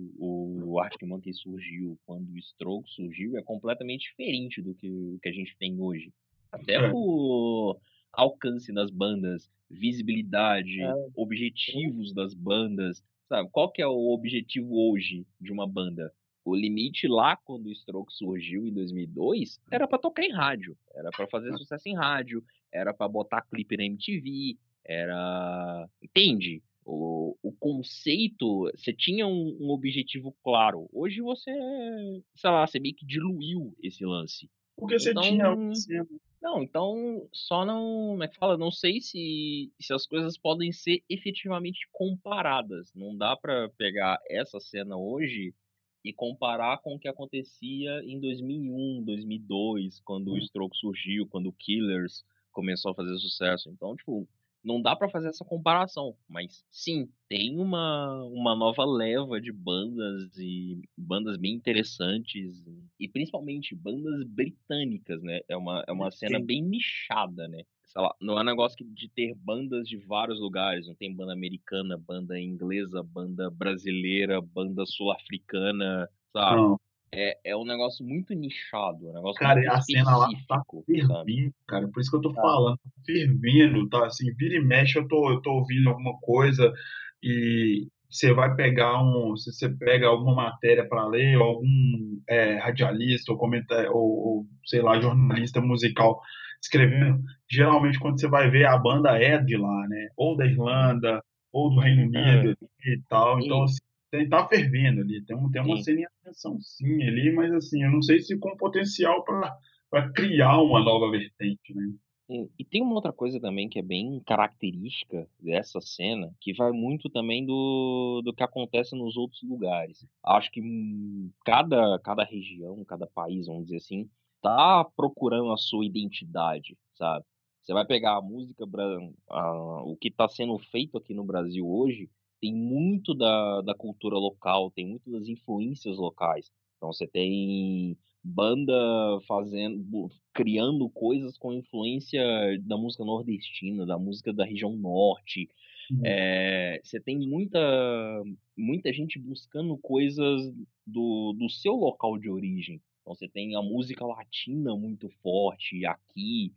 Speaker 3: o Arctic Monkeys surgiu, quando o Strokes surgiu, é completamente diferente do que o que a gente tem hoje. Até por alcance das bandas, visibilidade,
Speaker 4: É,
Speaker 3: objetivos das bandas, sabe? Qual que é o objetivo hoje de uma banda? O limite lá, quando o Strokes surgiu em 2002, era para tocar em rádio, era para fazer sucesso em rádio, era para botar clipe na MTV, era. Entende? O conceito, você tinha um objetivo claro. Hoje você, sei lá, você meio que diluiu esse lance.
Speaker 2: Porque você tinha
Speaker 3: Então, não, então só não, como é que fala? Não sei se as coisas podem ser efetivamente comparadas. Não dá pra pegar essa cena hoje e comparar com o que acontecia em 2001, 2002, quando o Stroke surgiu, quando o Killers começou a fazer sucesso. Então, tipo, não dá pra fazer essa comparação, mas sim, tem uma nova leva de bandas e bandas bem interessantes e principalmente bandas britânicas, né? É uma cena
Speaker 2: sim.
Speaker 3: bem nichada, né? Sei lá, não é um negócio de ter bandas de vários lugares, não tem banda americana, banda inglesa, banda brasileira, banda sul-africana, sabe?
Speaker 2: Não.
Speaker 3: É um negócio muito nichado, é um negócio
Speaker 2: Cara,
Speaker 3: muito
Speaker 2: a cena lá tá
Speaker 3: específico, sabe?
Speaker 2: fervendo, cara. Por isso que eu tô
Speaker 4: tá.
Speaker 2: falando, tá fervendo, tá? Assim, vira e mexe, eu tô ouvindo alguma coisa e você vai pegar se você pega alguma matéria para ler, ou algum radialista ou comentar, ou, sei lá, jornalista musical escrevendo, geralmente quando você vai ver a banda é de lá, né? Ou da
Speaker 3: Sim.
Speaker 2: Irlanda, ou do Reino Unido
Speaker 3: É,
Speaker 2: e tal. Então,
Speaker 3: e
Speaker 2: assim, tá fervendo ali. Tem uma
Speaker 3: sim.
Speaker 2: cena em ascensão sim ali, mas assim, eu não sei se com potencial para criar uma nova vertente, né?
Speaker 3: E tem uma outra coisa também que é bem característica dessa cena, que vai muito também do que acontece nos outros lugares. Acho que cada região, cada país, vamos dizer assim, tá procurando a sua identidade, sabe? Você vai pegar a música, o que está sendo feito aqui no Brasil hoje, tem muito da cultura local, tem muito das influências locais. Então você tem banda criando coisas com influência da música nordestina, da música da região norte. Você tem muita gente buscando coisas do seu local de origem. Então você tem a música latina muito forte aqui,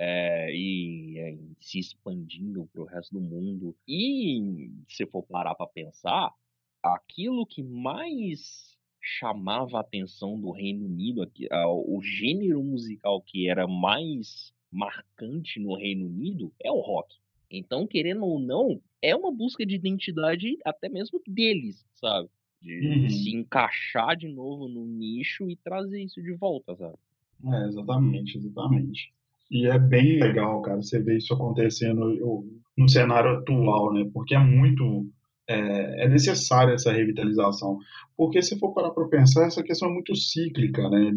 Speaker 3: se expandindo para o resto do mundo. E se for parar para pensar, aquilo que mais chamava a atenção do Reino Unido, o gênero musical que era mais marcante no Reino Unido é o rock. Então, querendo ou não, é uma busca de identidade até mesmo deles, sabe? de se
Speaker 2: Uhum.
Speaker 3: encaixar de novo no nicho e trazer isso de volta, sabe?
Speaker 2: Exatamente, exatamente. E é bem legal, cara, você ver isso acontecendo no cenário atual, né? Porque é necessária essa revitalização. Porque se for parar para pensar, essa questão é muito cíclica, né?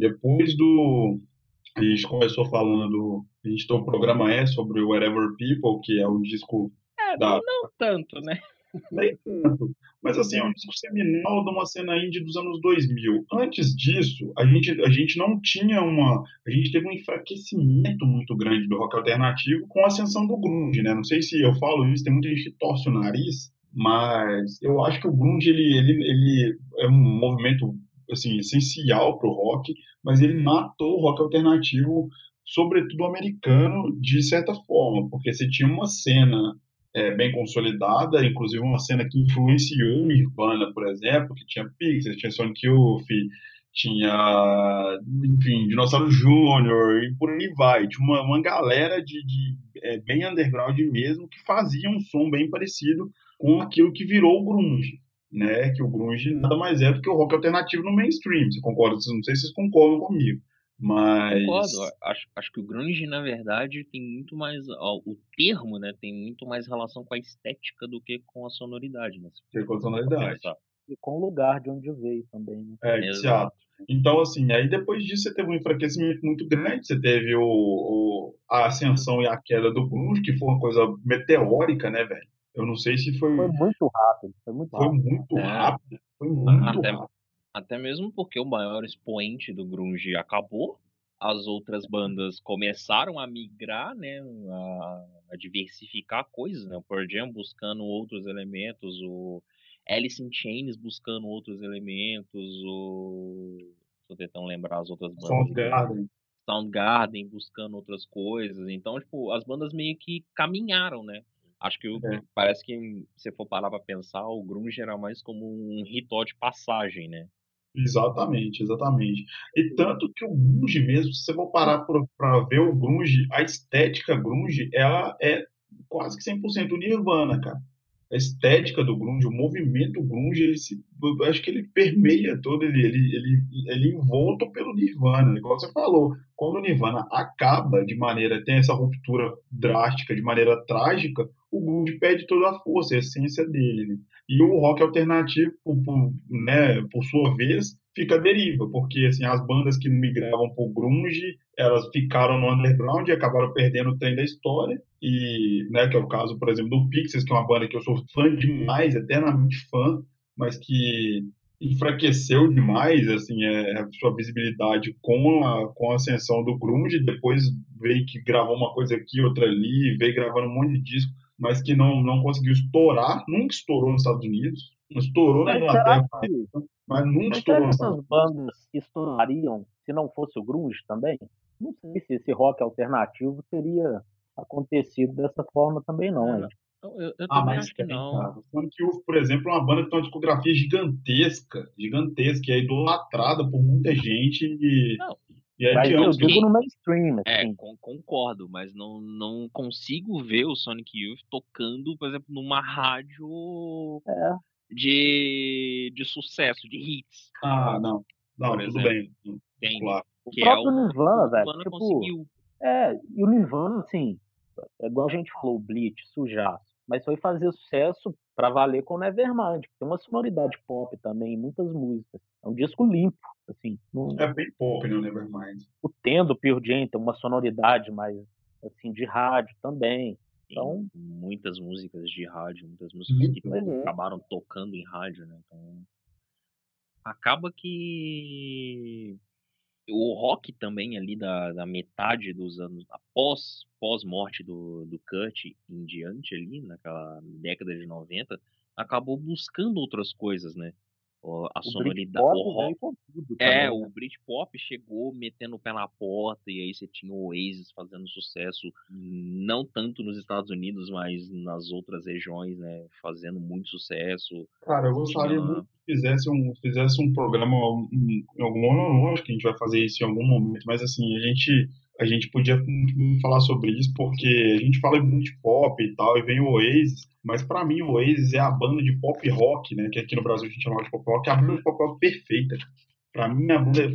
Speaker 2: A gente começou falando, a gente tem um programa sobre o Wherever People, que é o disco
Speaker 3: É,
Speaker 2: da
Speaker 3: não tanto, né?
Speaker 2: nem tanto. Mas assim, é um disco seminal de uma cena indie dos anos 2000. Antes disso, a gente não tinha uma. A gente teve um enfraquecimento muito grande do rock alternativo com a ascensão do grunge, né? Não sei se eu falo isso, tem muita gente que torce o nariz, mas eu acho que o grunge ele é um movimento assim, essencial para o rock, mas ele matou o rock alternativo, sobretudo o americano, de certa forma, porque você tinha uma cena bem consolidada, inclusive uma cena que influenciou o Nirvana, por exemplo, que tinha Pixies, tinha Sonic Youth, tinha, enfim, Dinossauro Júnior e por aí vai. Tinha uma galera bem underground mesmo que fazia um som bem parecido com aquilo que virou o grunge, né? Que o grunge nada mais é do que o rock alternativo no mainstream. Você concorda? Não sei se vocês concordam comigo,
Speaker 3: Concordo.
Speaker 2: mas
Speaker 3: Acho que o grunge, na verdade, tem muito mais. O termo, né? Tem muito mais relação com a estética do que com a sonoridade, né? Se
Speaker 2: tem
Speaker 3: for pra
Speaker 2: personalidade.
Speaker 3: pensar.
Speaker 4: E com o lugar de onde veio também, né?
Speaker 2: De Seattle.
Speaker 3: Exato.
Speaker 2: Então, assim, aí depois disso você teve um enfraquecimento muito grande, você teve a ascensão e a queda do grunge, que foi uma coisa meteórica, né, velho? Eu não sei se
Speaker 4: Foi muito rápido, foi muito
Speaker 2: foi
Speaker 4: rápido.
Speaker 2: muito
Speaker 3: É,
Speaker 2: rápido, foi muito
Speaker 3: até,
Speaker 2: rápido.
Speaker 3: até mesmo porque o maior expoente do grunge acabou, as outras bandas começaram a migrar, né, a diversificar coisas, né, o Pearl Jam buscando outros elementos, o Alice in Chains buscando outros elementos, tô tentando lembrar as outras bandas aqui,
Speaker 2: Soundgarden.
Speaker 3: Soundgarden buscando outras coisas, então, tipo, as bandas meio que caminharam, né. Acho que
Speaker 2: É,
Speaker 3: parece que, se for parar pra pensar, o grunge era mais como um ritual de passagem, né.
Speaker 2: exatamente, exatamente. E tanto que o grunge mesmo, se você for parar para ver o grunge, a estética grunge, ela é quase que 100% Nirvana, cara. A estética do grunge, o movimento grunge, eu acho que ele permeia todo, ele é envolto pelo Nirvana, igual você falou. Quando o Nirvana acaba de maneira, tem essa ruptura drástica, de maneira trágica, o grunge perde toda a força, a essência dele, né? E o rock alternativo, né, por sua vez, fica à deriva, porque assim, as bandas que migravam para o grunge, elas ficaram no underground e acabaram perdendo o trem da história, e, né, que é o caso, por exemplo, do Pixies, que é uma banda que eu sou fã demais, eternamente fã, mas que enfraqueceu demais, assim, a sua visibilidade com a ascensão do grunge, depois veio que gravou uma coisa aqui, outra ali, veio gravando um monte de disco, mas que não conseguiu estourar, nunca estourou nos Estados Unidos, não estourou na
Speaker 4: Mas será
Speaker 2: Inglaterra,
Speaker 4: que,
Speaker 2: mas nunca
Speaker 4: mas será
Speaker 2: estourou
Speaker 4: que
Speaker 2: nos Estados
Speaker 4: essas bandas estourariam se não fosse o grunge também? Não sei se esse rock alternativo teria acontecido dessa forma também não,
Speaker 3: Cara,
Speaker 4: Ed.
Speaker 3: eu
Speaker 2: Ah,
Speaker 3: também
Speaker 2: mas
Speaker 3: acho que
Speaker 2: tem,
Speaker 3: não.
Speaker 2: cara. O Sonic Youth, por exemplo, é uma banda que tem uma discografia gigantesca, gigantesca, e é idolatrada por muita gente
Speaker 3: Não,
Speaker 2: e é de
Speaker 4: Mas eu
Speaker 2: ambos.
Speaker 4: digo
Speaker 3: ok.
Speaker 4: no mainstream,
Speaker 3: É,
Speaker 4: assim.
Speaker 3: concordo, mas não consigo ver o Sonic Youth tocando, por exemplo, numa rádio
Speaker 4: É,
Speaker 3: de sucesso, de hits,
Speaker 2: Ah, não.
Speaker 3: por
Speaker 2: Não, tudo
Speaker 3: exemplo,
Speaker 2: bem.
Speaker 3: entende?
Speaker 2: Claro.
Speaker 4: o
Speaker 3: Que é
Speaker 4: próprio
Speaker 3: uma coisa que o
Speaker 4: Nirvana, velho,
Speaker 3: Nirvana
Speaker 4: tipo,
Speaker 3: conseguiu.
Speaker 4: e o Nirvana, assim, é igual a gente falou, o Bleach, Sujaço, mas foi fazer sucesso pra valer com o Nevermind, que tem uma sonoridade pop também em muitas músicas. É um disco limpo, assim.
Speaker 2: É bem pop, né, o Nevermind.
Speaker 4: O Ten do Pearl Jam tem uma sonoridade mais, assim, de rádio também.
Speaker 3: Tem
Speaker 4: Então,
Speaker 3: muitas músicas de rádio, muitas músicas que
Speaker 2: Muito.
Speaker 4: pois é.
Speaker 3: acabaram tocando em rádio, né? Então, acaba que o rock também ali da metade dos anos pós-morte do Kurt em diante ali, naquela década de 90, acabou buscando outras coisas, né? A
Speaker 4: O
Speaker 3: sonoridade,
Speaker 4: Britpop
Speaker 3: o rock,
Speaker 4: veio com tudo também,
Speaker 3: o
Speaker 4: né?
Speaker 3: Britpop chegou metendo o pé na porta, e aí você tinha o Oasis fazendo sucesso, não tanto nos Estados Unidos, mas nas outras regiões, né? Fazendo muito sucesso.
Speaker 2: Cara, eu
Speaker 3: Você tinha
Speaker 2: gostaria muito que fizesse um programa em algum momento, acho que a gente vai fazer isso em algum momento, mas assim, a gente a gente podia falar sobre isso, porque a gente fala muito de pop e tal, e vem o Oasis, mas pra mim o Oasis é a banda de pop rock, né? Que aqui no Brasil a gente chama de pop rock, é a banda de pop rock perfeita. Pra mim,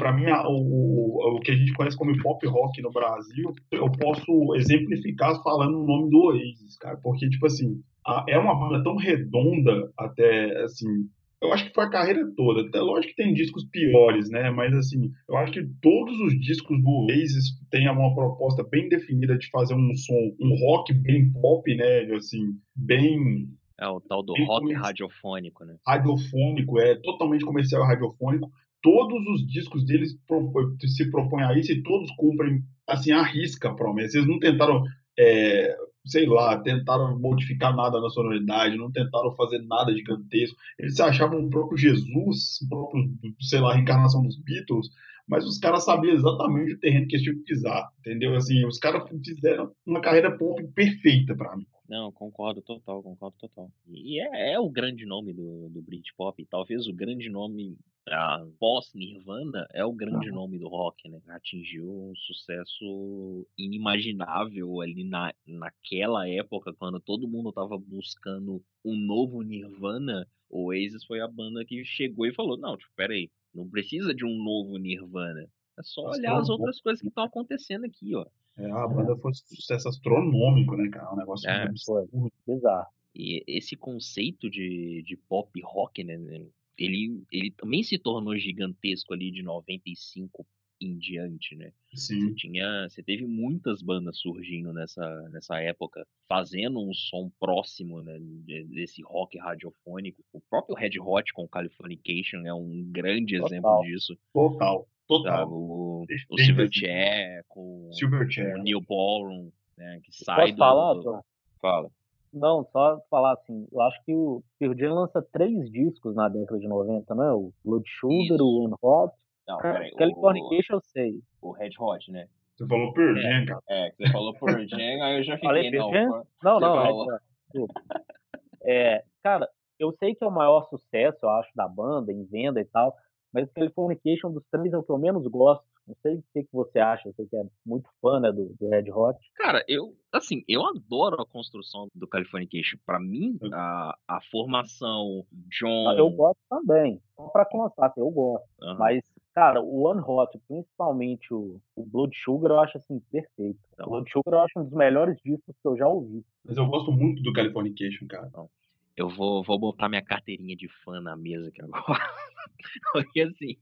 Speaker 2: o que a gente conhece como pop rock no Brasil, eu posso exemplificar falando o nome do Oasis, cara, porque, tipo assim, é uma banda tão redonda até, assim, eu acho que foi a carreira toda. Até lógico que tem discos piores, né? Mas assim, eu acho que todos os discos do Oasis têm uma proposta bem definida de fazer um som, um rock bem pop, né? Assim, bem,
Speaker 3: É o tal do
Speaker 2: bem
Speaker 3: rock radiofônico, né?
Speaker 2: radiofônico, é totalmente comercial e radiofônico. Todos os discos deles se propõem a isso e todos cumprem, assim, à risca a promessa. Eles não tentaram, é, sei lá, tentaram modificar nada na sonoridade, não tentaram fazer nada gigantesco. Eles se achavam o próprio Jesus, o próprio, sei lá, a reencarnação dos Beatles, mas os caras sabiam exatamente o terreno que eles tinham que pisar, entendeu? Assim, os caras fizeram uma carreira pop perfeita para mim.
Speaker 3: Não, concordo total, concordo total. E é o grande nome do Britpop. Talvez o grande nome pós-Nirvana é o grande nome do rock, né? Atingiu um sucesso inimaginável ali naquela época, quando todo mundo tava buscando um novo Nirvana. O Oasis foi a banda que chegou e falou: Não, tipo, peraí, não precisa de um novo Nirvana. É só olhar as outras coisas que estão acontecendo aqui, ó.
Speaker 2: A banda foi um sucesso astronômico, né, cara? Um negócio
Speaker 3: É,
Speaker 4: Foi
Speaker 2: absurdo.
Speaker 4: bizarro.
Speaker 3: E esse conceito de pop rock, né, ele também se tornou gigantesco ali de 95 em diante, né?
Speaker 2: Sim.
Speaker 3: Você teve muitas bandas surgindo nessa época, fazendo um som próximo, né, desse rock radiofônico. O próprio Red Hot com Californication é um grande exemplo
Speaker 4: Total.
Speaker 3: disso,
Speaker 2: Total.
Speaker 3: sabe?
Speaker 2: Total.
Speaker 3: O
Speaker 2: Perfeito, assim.
Speaker 3: Silverchair com
Speaker 2: Silverchair.
Speaker 3: o Neil Ballroom, né, que sai
Speaker 4: Posso falar,
Speaker 3: do...
Speaker 4: Tom?
Speaker 3: Fala.
Speaker 4: Não, só falar assim, eu acho que o Pearl Jam lança 3 discos na década de 90, né? O Blood Sugar,
Speaker 3: Isso.
Speaker 4: o One Hot,
Speaker 3: Não, peraí,
Speaker 4: Californication eu sei.
Speaker 3: o Red Hot, né?
Speaker 2: Você falou Pearl Jam, cara.
Speaker 3: Que você falou Pearl Jam, aí eu já
Speaker 4: Falei
Speaker 3: fiquei,
Speaker 4: Pearl
Speaker 3: não,
Speaker 4: Jam?
Speaker 3: pô,
Speaker 4: Não,
Speaker 3: você
Speaker 4: não, Red
Speaker 3: falou.
Speaker 4: Hot. Desculpa. Cara, eu sei que é o maior sucesso, eu acho, da banda, em venda e tal, mas o Californication dos 3 é o que eu menos gosto. Não sei o que você acha, você que é muito fã, né, do Red Hot.
Speaker 3: Cara, eu adoro a construção do Californication. Pra mim, a formação
Speaker 4: Eu
Speaker 3: John.
Speaker 4: gosto também, só pra constar, assim, eu gosto.
Speaker 3: Aham,
Speaker 4: Mas, cara, o One Hot, principalmente o Blood Sugar, eu acho, assim, perfeito.
Speaker 3: então,
Speaker 4: O Blood Sugar eu acho um dos melhores discos que eu já ouvi.
Speaker 2: Mas eu gosto muito do Californication, cara.
Speaker 3: então, eu vou botar minha carteirinha de fã na mesa aqui agora. Porque assim,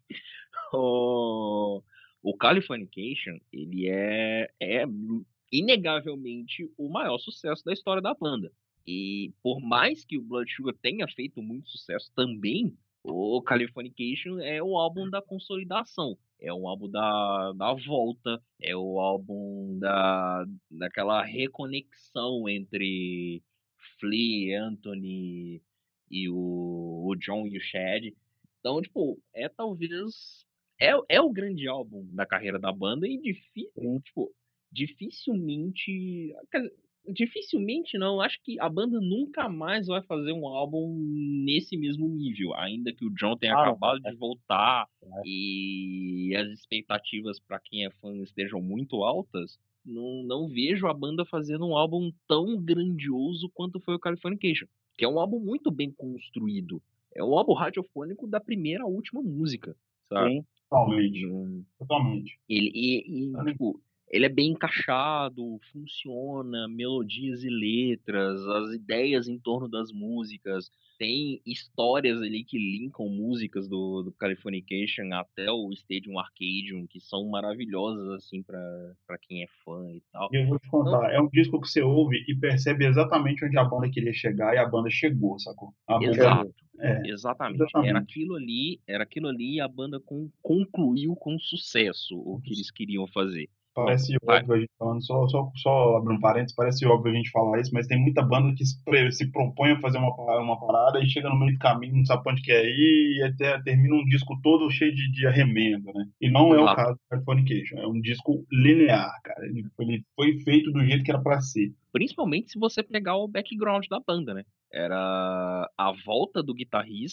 Speaker 3: o Californication, ele é inegavelmente o maior sucesso da história da banda. E por mais que o Blood Sugar tenha feito muito sucesso também, o Californication é o álbum da consolidação. É o álbum da volta, é o álbum daquela reconexão entre Flea, Anthony e o John e o Chad. Então, tipo, talvez. É o grande álbum da carreira da banda e
Speaker 4: Sim.
Speaker 3: dificilmente. Quer dizer, dificilmente não, acho que a banda nunca mais vai fazer um álbum nesse mesmo nível, ainda que o John tenha
Speaker 4: Ah, não,
Speaker 3: acabado de voltar
Speaker 4: é.
Speaker 3: e as expectativas para quem é fã estejam muito altas. Não vejo a banda fazendo um álbum tão grandioso quanto foi o Californication, que é um álbum muito bem construído. É um álbum radiofônico da primeira à última música, sabe?
Speaker 4: Sim.
Speaker 2: Totalmente.
Speaker 3: Não-
Speaker 2: Totalmente.
Speaker 3: tipo, ele é bem encaixado, funciona, melodias e letras, as ideias em torno das músicas, tem histórias ali que linkam músicas do Californication até o Stadium Arcadium, que são maravilhosas, assim, pra quem é fã e tal.
Speaker 2: E eu vou te
Speaker 3: Então,
Speaker 2: contar, é um disco que você ouve e percebe exatamente onde a banda queria chegar e a banda chegou, sacou? A banda,
Speaker 3: exato.
Speaker 2: é,
Speaker 3: Exatamente.
Speaker 2: exatamente.
Speaker 3: Era aquilo ali e a banda concluiu com sucesso o que eles queriam fazer. Pô,
Speaker 2: Parece óbvio a gente falando, só abrindo um parênteses, parece óbvio a gente falar isso, mas tem muita banda que se propõe a fazer uma parada e chega no meio do caminho, não sabe pra onde quer ir, e até termina um disco todo cheio de arremendo, né? E não é o
Speaker 3: exato.
Speaker 2: caso do Californication, é um disco linear, cara. Ele foi feito do jeito que era pra ser.
Speaker 3: Principalmente se você pegar o background da banda, né? Era a volta do guitarrista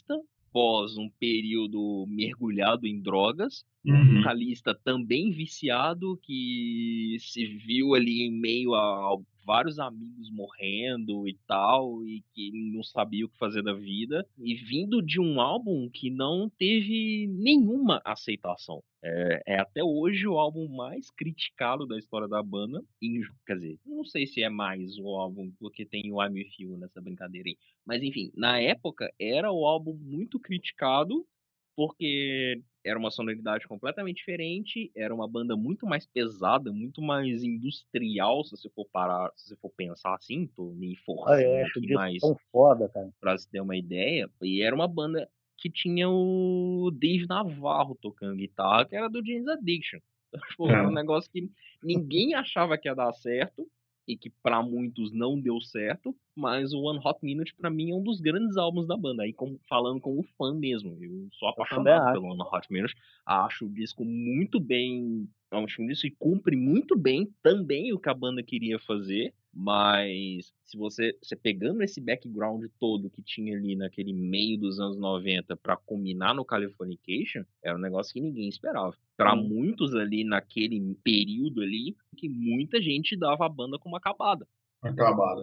Speaker 3: após um período mergulhado em drogas,
Speaker 2: Uhum.
Speaker 3: vocalista também viciado, que se viu ali em meio a vários amigos morrendo e tal, e que não sabia o que fazer da vida, e vindo de um álbum que não teve nenhuma aceitação. É até hoje o álbum mais criticado da história da banda, quer dizer, não sei se é mais o álbum, porque tem o I'm With You nessa brincadeira aí, mas enfim, na época era o álbum muito criticado, porque era uma sonoridade completamente diferente, era uma banda muito mais pesada, muito mais industrial, se você for parar, se você for pensar assim, tô me
Speaker 4: Ah,
Speaker 3: forçando
Speaker 4: eu acho
Speaker 3: aqui
Speaker 4: disso
Speaker 3: mais
Speaker 4: tão foda, cara.
Speaker 3: pra se ter uma ideia, e era uma banda que tinha o Dave Navarro tocando guitarra, que era do Jane's Addiction. Então, tipo, era um negócio que ninguém achava que ia dar certo, e que pra muitos não deu certo, mas o One Hot Minute pra mim é um dos grandes álbuns da banda, aí falando como fã mesmo, eu sou
Speaker 4: também
Speaker 3: apaixonado
Speaker 4: acho.
Speaker 3: pelo One Hot Minute, acho o disco muito bem, acho um disco que cumpre muito bem também o que a banda queria fazer, mas se você pegando esse background todo que tinha ali naquele meio dos anos 90 pra culminar no Californication, era um negócio que ninguém esperava. Pra
Speaker 4: Sim.
Speaker 3: muitos ali naquele período ali, que muita gente dava a banda como acabada.
Speaker 2: Acabada.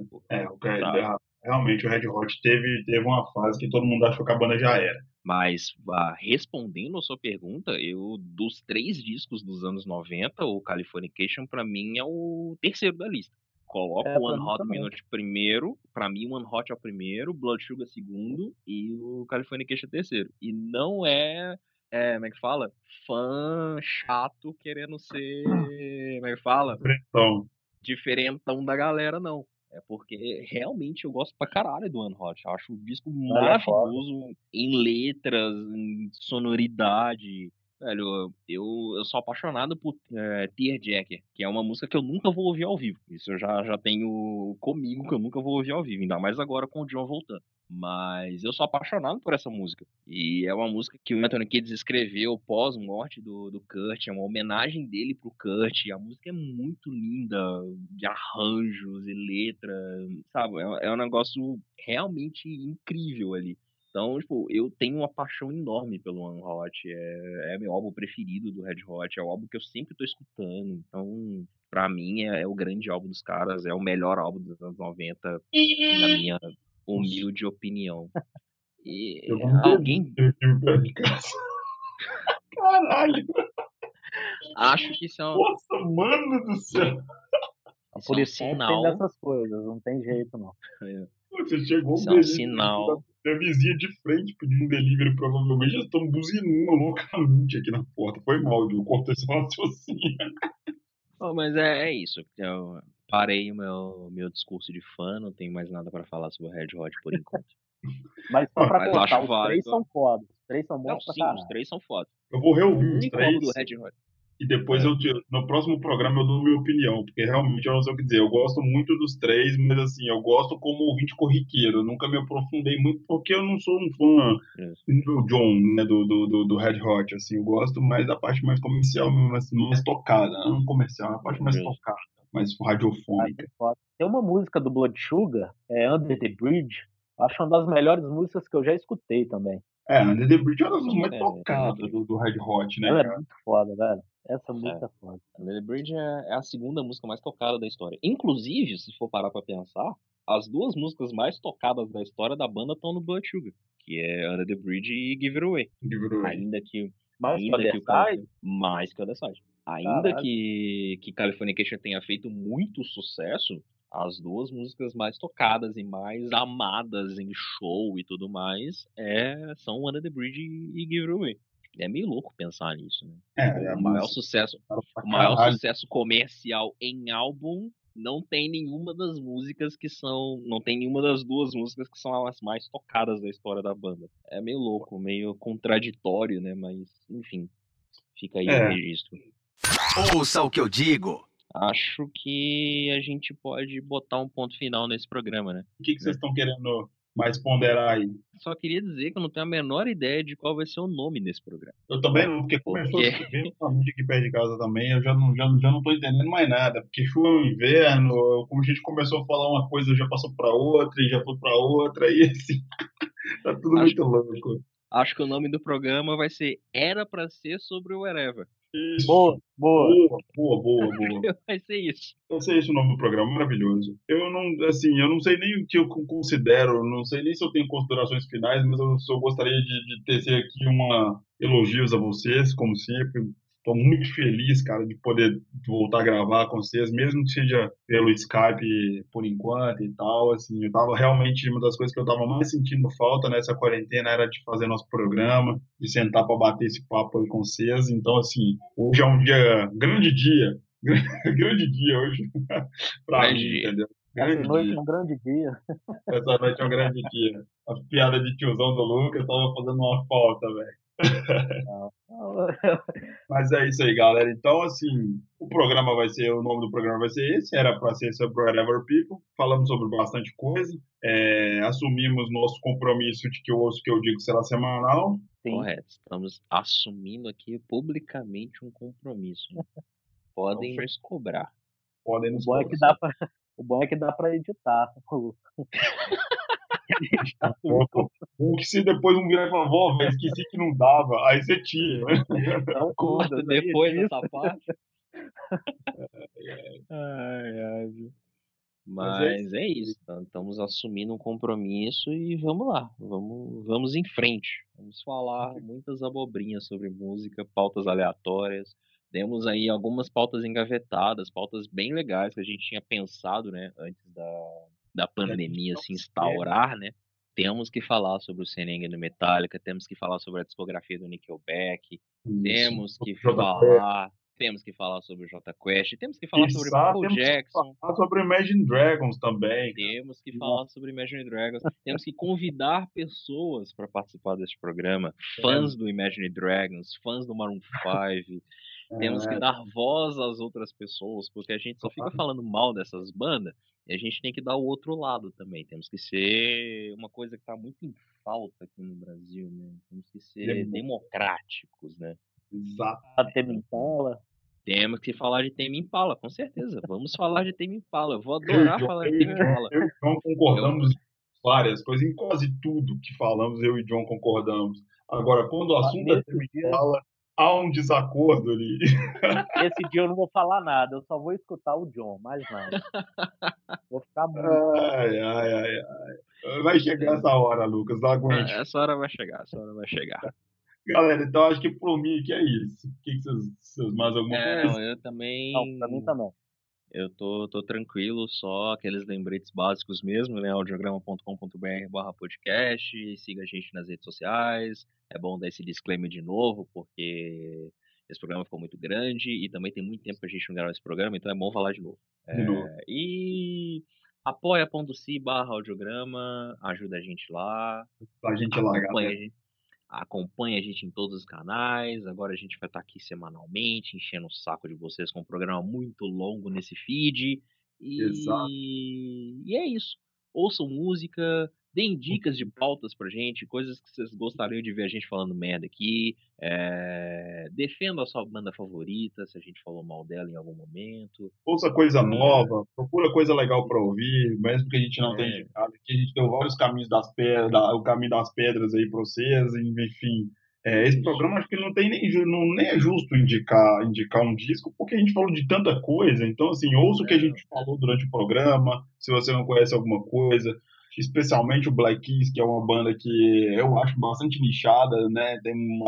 Speaker 2: Realmente o Red Hot teve uma fase que todo mundo achou que a banda já era.
Speaker 3: Mas, respondendo a sua pergunta, dos 3 discos dos anos 90, o Californication pra mim é o terceiro da lista. Coloco o
Speaker 4: Pra
Speaker 3: One
Speaker 4: mim
Speaker 3: Hot
Speaker 4: também.
Speaker 3: Minute primeiro, pra mim o One Hot é o primeiro, Blood Sugar segundo e o Californication terceiro. E não como é que fala? Fã chato querendo ser, como é que fala?
Speaker 2: Então,
Speaker 3: Diferentão da galera, não. É porque realmente eu gosto pra caralho do One Hot. Eu acho o disco
Speaker 4: Ele é foda.
Speaker 3: maravilhoso em letras, em sonoridade. Velho, eu sou apaixonado por Tearjerker, que é uma música que eu nunca vou ouvir ao vivo. Isso eu já tenho comigo, que eu nunca vou ouvir ao vivo, ainda mais agora com o John voltando. Mas eu sou apaixonado por essa música. E é uma música que o Anthony Kiedis escreveu pós-morte do Kurt, é uma homenagem dele pro Kurt. A música é muito linda, de arranjos e letra, sabe? É um negócio realmente incrível ali. Então, tipo, eu tenho uma paixão enorme pelo One Hot. É meu álbum preferido do Red Hot. É o álbum que eu sempre tô escutando. Então, pra mim, é o grande álbum dos caras. É o melhor álbum dos anos 90, na minha humilde opinião. E
Speaker 2: eu vou
Speaker 3: alguém...
Speaker 2: perto de casa. Caralho!
Speaker 3: Acho que isso é um,
Speaker 2: Nossa, mano do céu!
Speaker 3: isso
Speaker 4: Por
Speaker 3: é um
Speaker 4: isso tem
Speaker 3: sinal...
Speaker 4: dessas coisas, não tem jeito, não.
Speaker 2: Você chegou
Speaker 3: Isso
Speaker 2: um
Speaker 3: é um
Speaker 2: delivery
Speaker 3: sinal...
Speaker 2: da vizinha de frente pedindo um delivery, provavelmente já estão buzinando loucamente aqui na porta. Foi mal, viu? Cortou esse raciocínio.
Speaker 3: Oh, mas é isso. Eu parei o meu discurso de fã, não tenho mais nada pra falar sobre o Red Hot por enquanto.
Speaker 4: Mas só pra
Speaker 3: Mas
Speaker 4: constar,
Speaker 3: acho
Speaker 4: os
Speaker 3: válido.
Speaker 4: 3 são fodas. Os 3 são
Speaker 3: Não,
Speaker 4: bons pra
Speaker 3: sim, os
Speaker 4: caralho.
Speaker 3: 3 são foda.
Speaker 2: Eu vou
Speaker 3: O
Speaker 2: reouvir os
Speaker 3: único álbum do
Speaker 2: três
Speaker 3: Red Hot.
Speaker 2: e depois no próximo programa eu dou minha opinião, porque realmente eu não sei o que dizer. Eu gosto muito dos três, mas assim, eu gosto como ouvinte corriqueiro. Eu nunca me aprofundei muito, porque eu não sou um fã
Speaker 3: Isso.
Speaker 2: do John, né, do Red Hot. Assim, eu gosto mais da parte mais comercial, mais tocada. Não comercial, a parte mais
Speaker 3: Isso.
Speaker 2: tocada, mais radiofônica.
Speaker 4: Tem uma música do Blood Sugar, Under the Bridge. Acho uma das melhores músicas que eu já escutei também.
Speaker 2: Under the Bridge é uma das
Speaker 3: Sim,
Speaker 2: mais tocadas do Red Hot, né,
Speaker 4: Ela é
Speaker 2: cara?
Speaker 4: muito foda, velho. Essa música é foda.
Speaker 3: Under the Bridge é a segunda música mais tocada da história. Inclusive, se for parar pra pensar, as 2 músicas mais tocadas da história da banda estão no Blood Sugar, que é Under the Bridge e Give It Away.
Speaker 2: Give It Away.
Speaker 3: Ainda que
Speaker 4: Mais que
Speaker 3: o
Speaker 4: Other
Speaker 3: mais que o Other Side. Ainda
Speaker 4: Caralho.
Speaker 3: que Californication tenha feito muito sucesso, as 2 músicas mais tocadas e mais amadas em show e tudo mais são Under the Bridge e Give It Away. É meio louco pensar nisso, né? O maior sucesso comercial em álbum não tem nenhuma das músicas não tem nenhuma das 2 músicas que são as mais tocadas da história da banda. É meio louco, meio contraditório, né? Mas, enfim, fica aí o registro.
Speaker 1: Ouça o que eu digo.
Speaker 3: Acho que a gente pode botar um ponto final nesse programa, né?
Speaker 2: O que vocês estão querendo mais ponderar aí?
Speaker 3: Só queria dizer que eu não tenho a menor ideia de qual vai ser o nome desse programa.
Speaker 2: Eu também não, porque começou a chover aqui perto de casa também, eu já não tô entendendo mais nada, porque chuva no inverno, como a gente começou a falar uma coisa, já passou para outra, e já foi para outra, e assim, tá tudo muito louco.
Speaker 3: Acho que o nome do programa vai ser Era Pra Ser Sobre o Wherever.
Speaker 2: Isso.
Speaker 4: Boa.
Speaker 2: Boa.
Speaker 3: Vai ser isso.
Speaker 2: Eu sei esse o nome do programa, maravilhoso. Eu não sei nem o que eu considero, não sei nem se eu tenho considerações finais, mas eu só gostaria de tecer aqui elogios a vocês, como sempre. Estou muito feliz, cara, de poder voltar a gravar com vocês, mesmo que seja pelo Skype por enquanto e tal. Assim, eu tava realmente, uma das coisas que eu tava mais sentindo falta nessa quarentena era de fazer nosso programa, de sentar para bater esse papo aí com vocês. Então, assim, hoje é um grande dia, grande dia hoje pra
Speaker 3: Grande
Speaker 2: mim,
Speaker 3: dia.
Speaker 2: entendeu?
Speaker 4: Essa
Speaker 2: Grande
Speaker 4: noite
Speaker 2: dia.
Speaker 4: é um grande dia.
Speaker 2: Essa noite é um grande dia. A piada de tiozão do Lucas tava fazendo uma falta, velho. Mas é isso aí, galera. Então, assim, o nome do programa vai ser esse, era para ser sobre Wherever People. Falamos sobre bastante coisa. Assumimos nosso compromisso de que o Ouço Que Eu Digo será semanal.
Speaker 4: Sim.
Speaker 3: Correto. Estamos assumindo aqui publicamente um compromisso. Podem nos cobrar.
Speaker 2: Podem
Speaker 4: O
Speaker 2: nos
Speaker 4: bom é que dá pra, o bom é que dá pra editar.
Speaker 2: Ou que se depois um virar e falar, vó, velho, esqueci que não dava, aí você tira, né?
Speaker 4: Não
Speaker 3: Corta
Speaker 4: conta
Speaker 3: depois
Speaker 4: disso.
Speaker 3: dessa parte. Ai, viu?
Speaker 2: Mas
Speaker 3: Mas é isso. Estamos assumindo um compromisso e vamos lá. Vamos em frente. Vamos falar muitas abobrinhas sobre música, pautas aleatórias. Temos aí algumas pautas engavetadas, pautas bem legais que a gente tinha pensado, né, antes da pandemia se instaurar, né? Temos que falar sobre o CNN do Metallica, temos que falar sobre a discografia do Nickelback, temos que falar sobre o Jota Quest, temos que falar sobre Michael Jackson.
Speaker 2: Falar sobre Imagine Dragons também.
Speaker 3: Temos que falar sobre Imagine Dragons. Temos que convidar pessoas para participar desse programa. Fãs do Imagine Dragons, fãs do Maroon 5. Temos que dar voz às outras pessoas, porque a gente só fica falando mal dessas bandas e a gente tem que dar o outro lado também. Temos que ser uma coisa que está muito em falta aqui no Brasil, né? Temos que ser democráticos, né?
Speaker 2: Exato.
Speaker 4: Temi Impala.
Speaker 3: Temos que falar de Tame Impala, com certeza. Vamos falar de Tame Impala. Eu vou adorar falar de Tame Impala.
Speaker 2: Eu e John concordamos em várias coisas, em quase tudo que falamos, eu e John concordamos. Agora, quando o assunto é Tame Impala, há um desacordo ali.
Speaker 4: Esse dia eu não vou falar nada, eu só vou escutar o John, mais nada. Vou ficar muito.
Speaker 2: Ai. Vai chegar essa hora, Lucas, não aguente.
Speaker 3: Essa hora vai chegar.
Speaker 2: Galera, então acho que por mim que é isso. O que vocês mais alguma coisa?
Speaker 3: Eu também.
Speaker 4: Não, pra mim também.
Speaker 3: Eu tô tranquilo, só aqueles lembretes básicos mesmo, né? Audiograma.com.br/podcast. Siga a gente nas redes sociais. É bom dar esse disclaimer de novo, porque esse programa ficou muito grande e também tem muito tempo que a gente não grava esse programa, então é bom falar de novo. E apoia.se/audiograma, ajuda a gente lá.
Speaker 2: Pra gente largar.
Speaker 3: Acompanhe a gente em todos os canais. Agora a gente vai estar aqui semanalmente, enchendo o saco de vocês com um programa muito longo nesse feed.
Speaker 2: Exato.
Speaker 3: E é isso. Ouçam música, deem dicas de pautas pra gente, coisas que vocês gostariam de ver a gente falando merda aqui. Defenda a sua banda favorita, se a gente falou mal dela em algum momento.
Speaker 2: Ouça coisa nova, procura coisa legal para ouvir, mesmo que a gente não tenha indicado. Aqui a gente deu vários caminhos das pedras, o caminho das pedras aí para vocês, enfim. Esse programa acho que não nem é justo indicar um disco, porque a gente falou de tanta coisa. Então, assim, ouça o que a gente falou durante o programa, se você não conhece alguma coisa. Especialmente o Black Keys, que é uma banda que eu acho bastante nichada, né?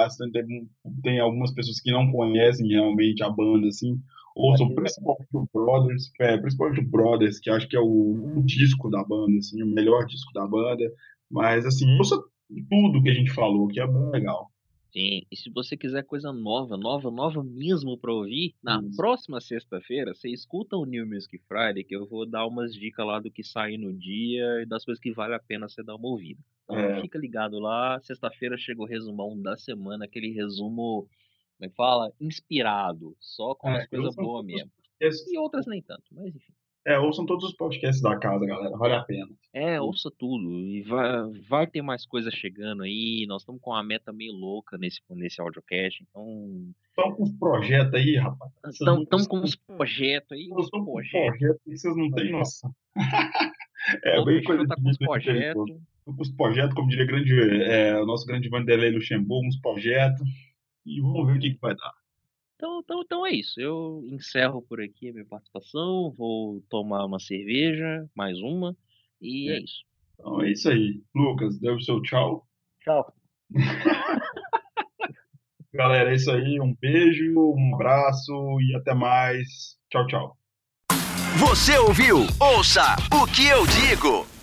Speaker 2: Tem algumas pessoas que não conhecem realmente a banda, assim. Ouçam principalmente o Brothers, que acho que é o disco da banda, assim, o melhor disco da banda. Mas, assim, ouça tudo que a gente falou, que é bem legal.
Speaker 3: Sim, e se você quiser coisa nova mesmo pra ouvir, na próxima sexta-feira, você escuta o New Music Friday, que eu vou dar umas dicas lá do que sai no dia e das coisas que vale a pena você dar uma ouvida. Então fica ligado lá, sexta-feira chega o resumão da semana, aquele resumo, como é que fala? Inspirado, só com as coisas boas mesmo. E outras nem tanto, mas enfim.
Speaker 2: Ouçam todos os podcasts da casa, galera, vale a pena.
Speaker 3: Ouça tudo, e vai ter mais coisa chegando aí, nós estamos com uma meta meio louca nesse audiocast, então...
Speaker 2: Estão com os projetos aí, rapaz.
Speaker 3: Estamos com uns projetos aí.
Speaker 2: Nós estamos com projetos que vocês não têm noção.
Speaker 3: Bem coisa tá com os projetos.
Speaker 2: uns projetos, como diria o nosso grande Vanderlei Luxemburgo, uns projetos, e vamos ver o que vai dar.
Speaker 3: Então é isso. Eu encerro por aqui a minha participação. Vou tomar uma cerveja, mais uma, e é isso.
Speaker 2: Então é isso aí. Lucas, dê o seu tchau.
Speaker 4: Tchau.
Speaker 2: Galera, é isso aí. Um beijo, um abraço e até mais. Tchau, tchau.
Speaker 1: Você ouviu? Ouça o que eu digo.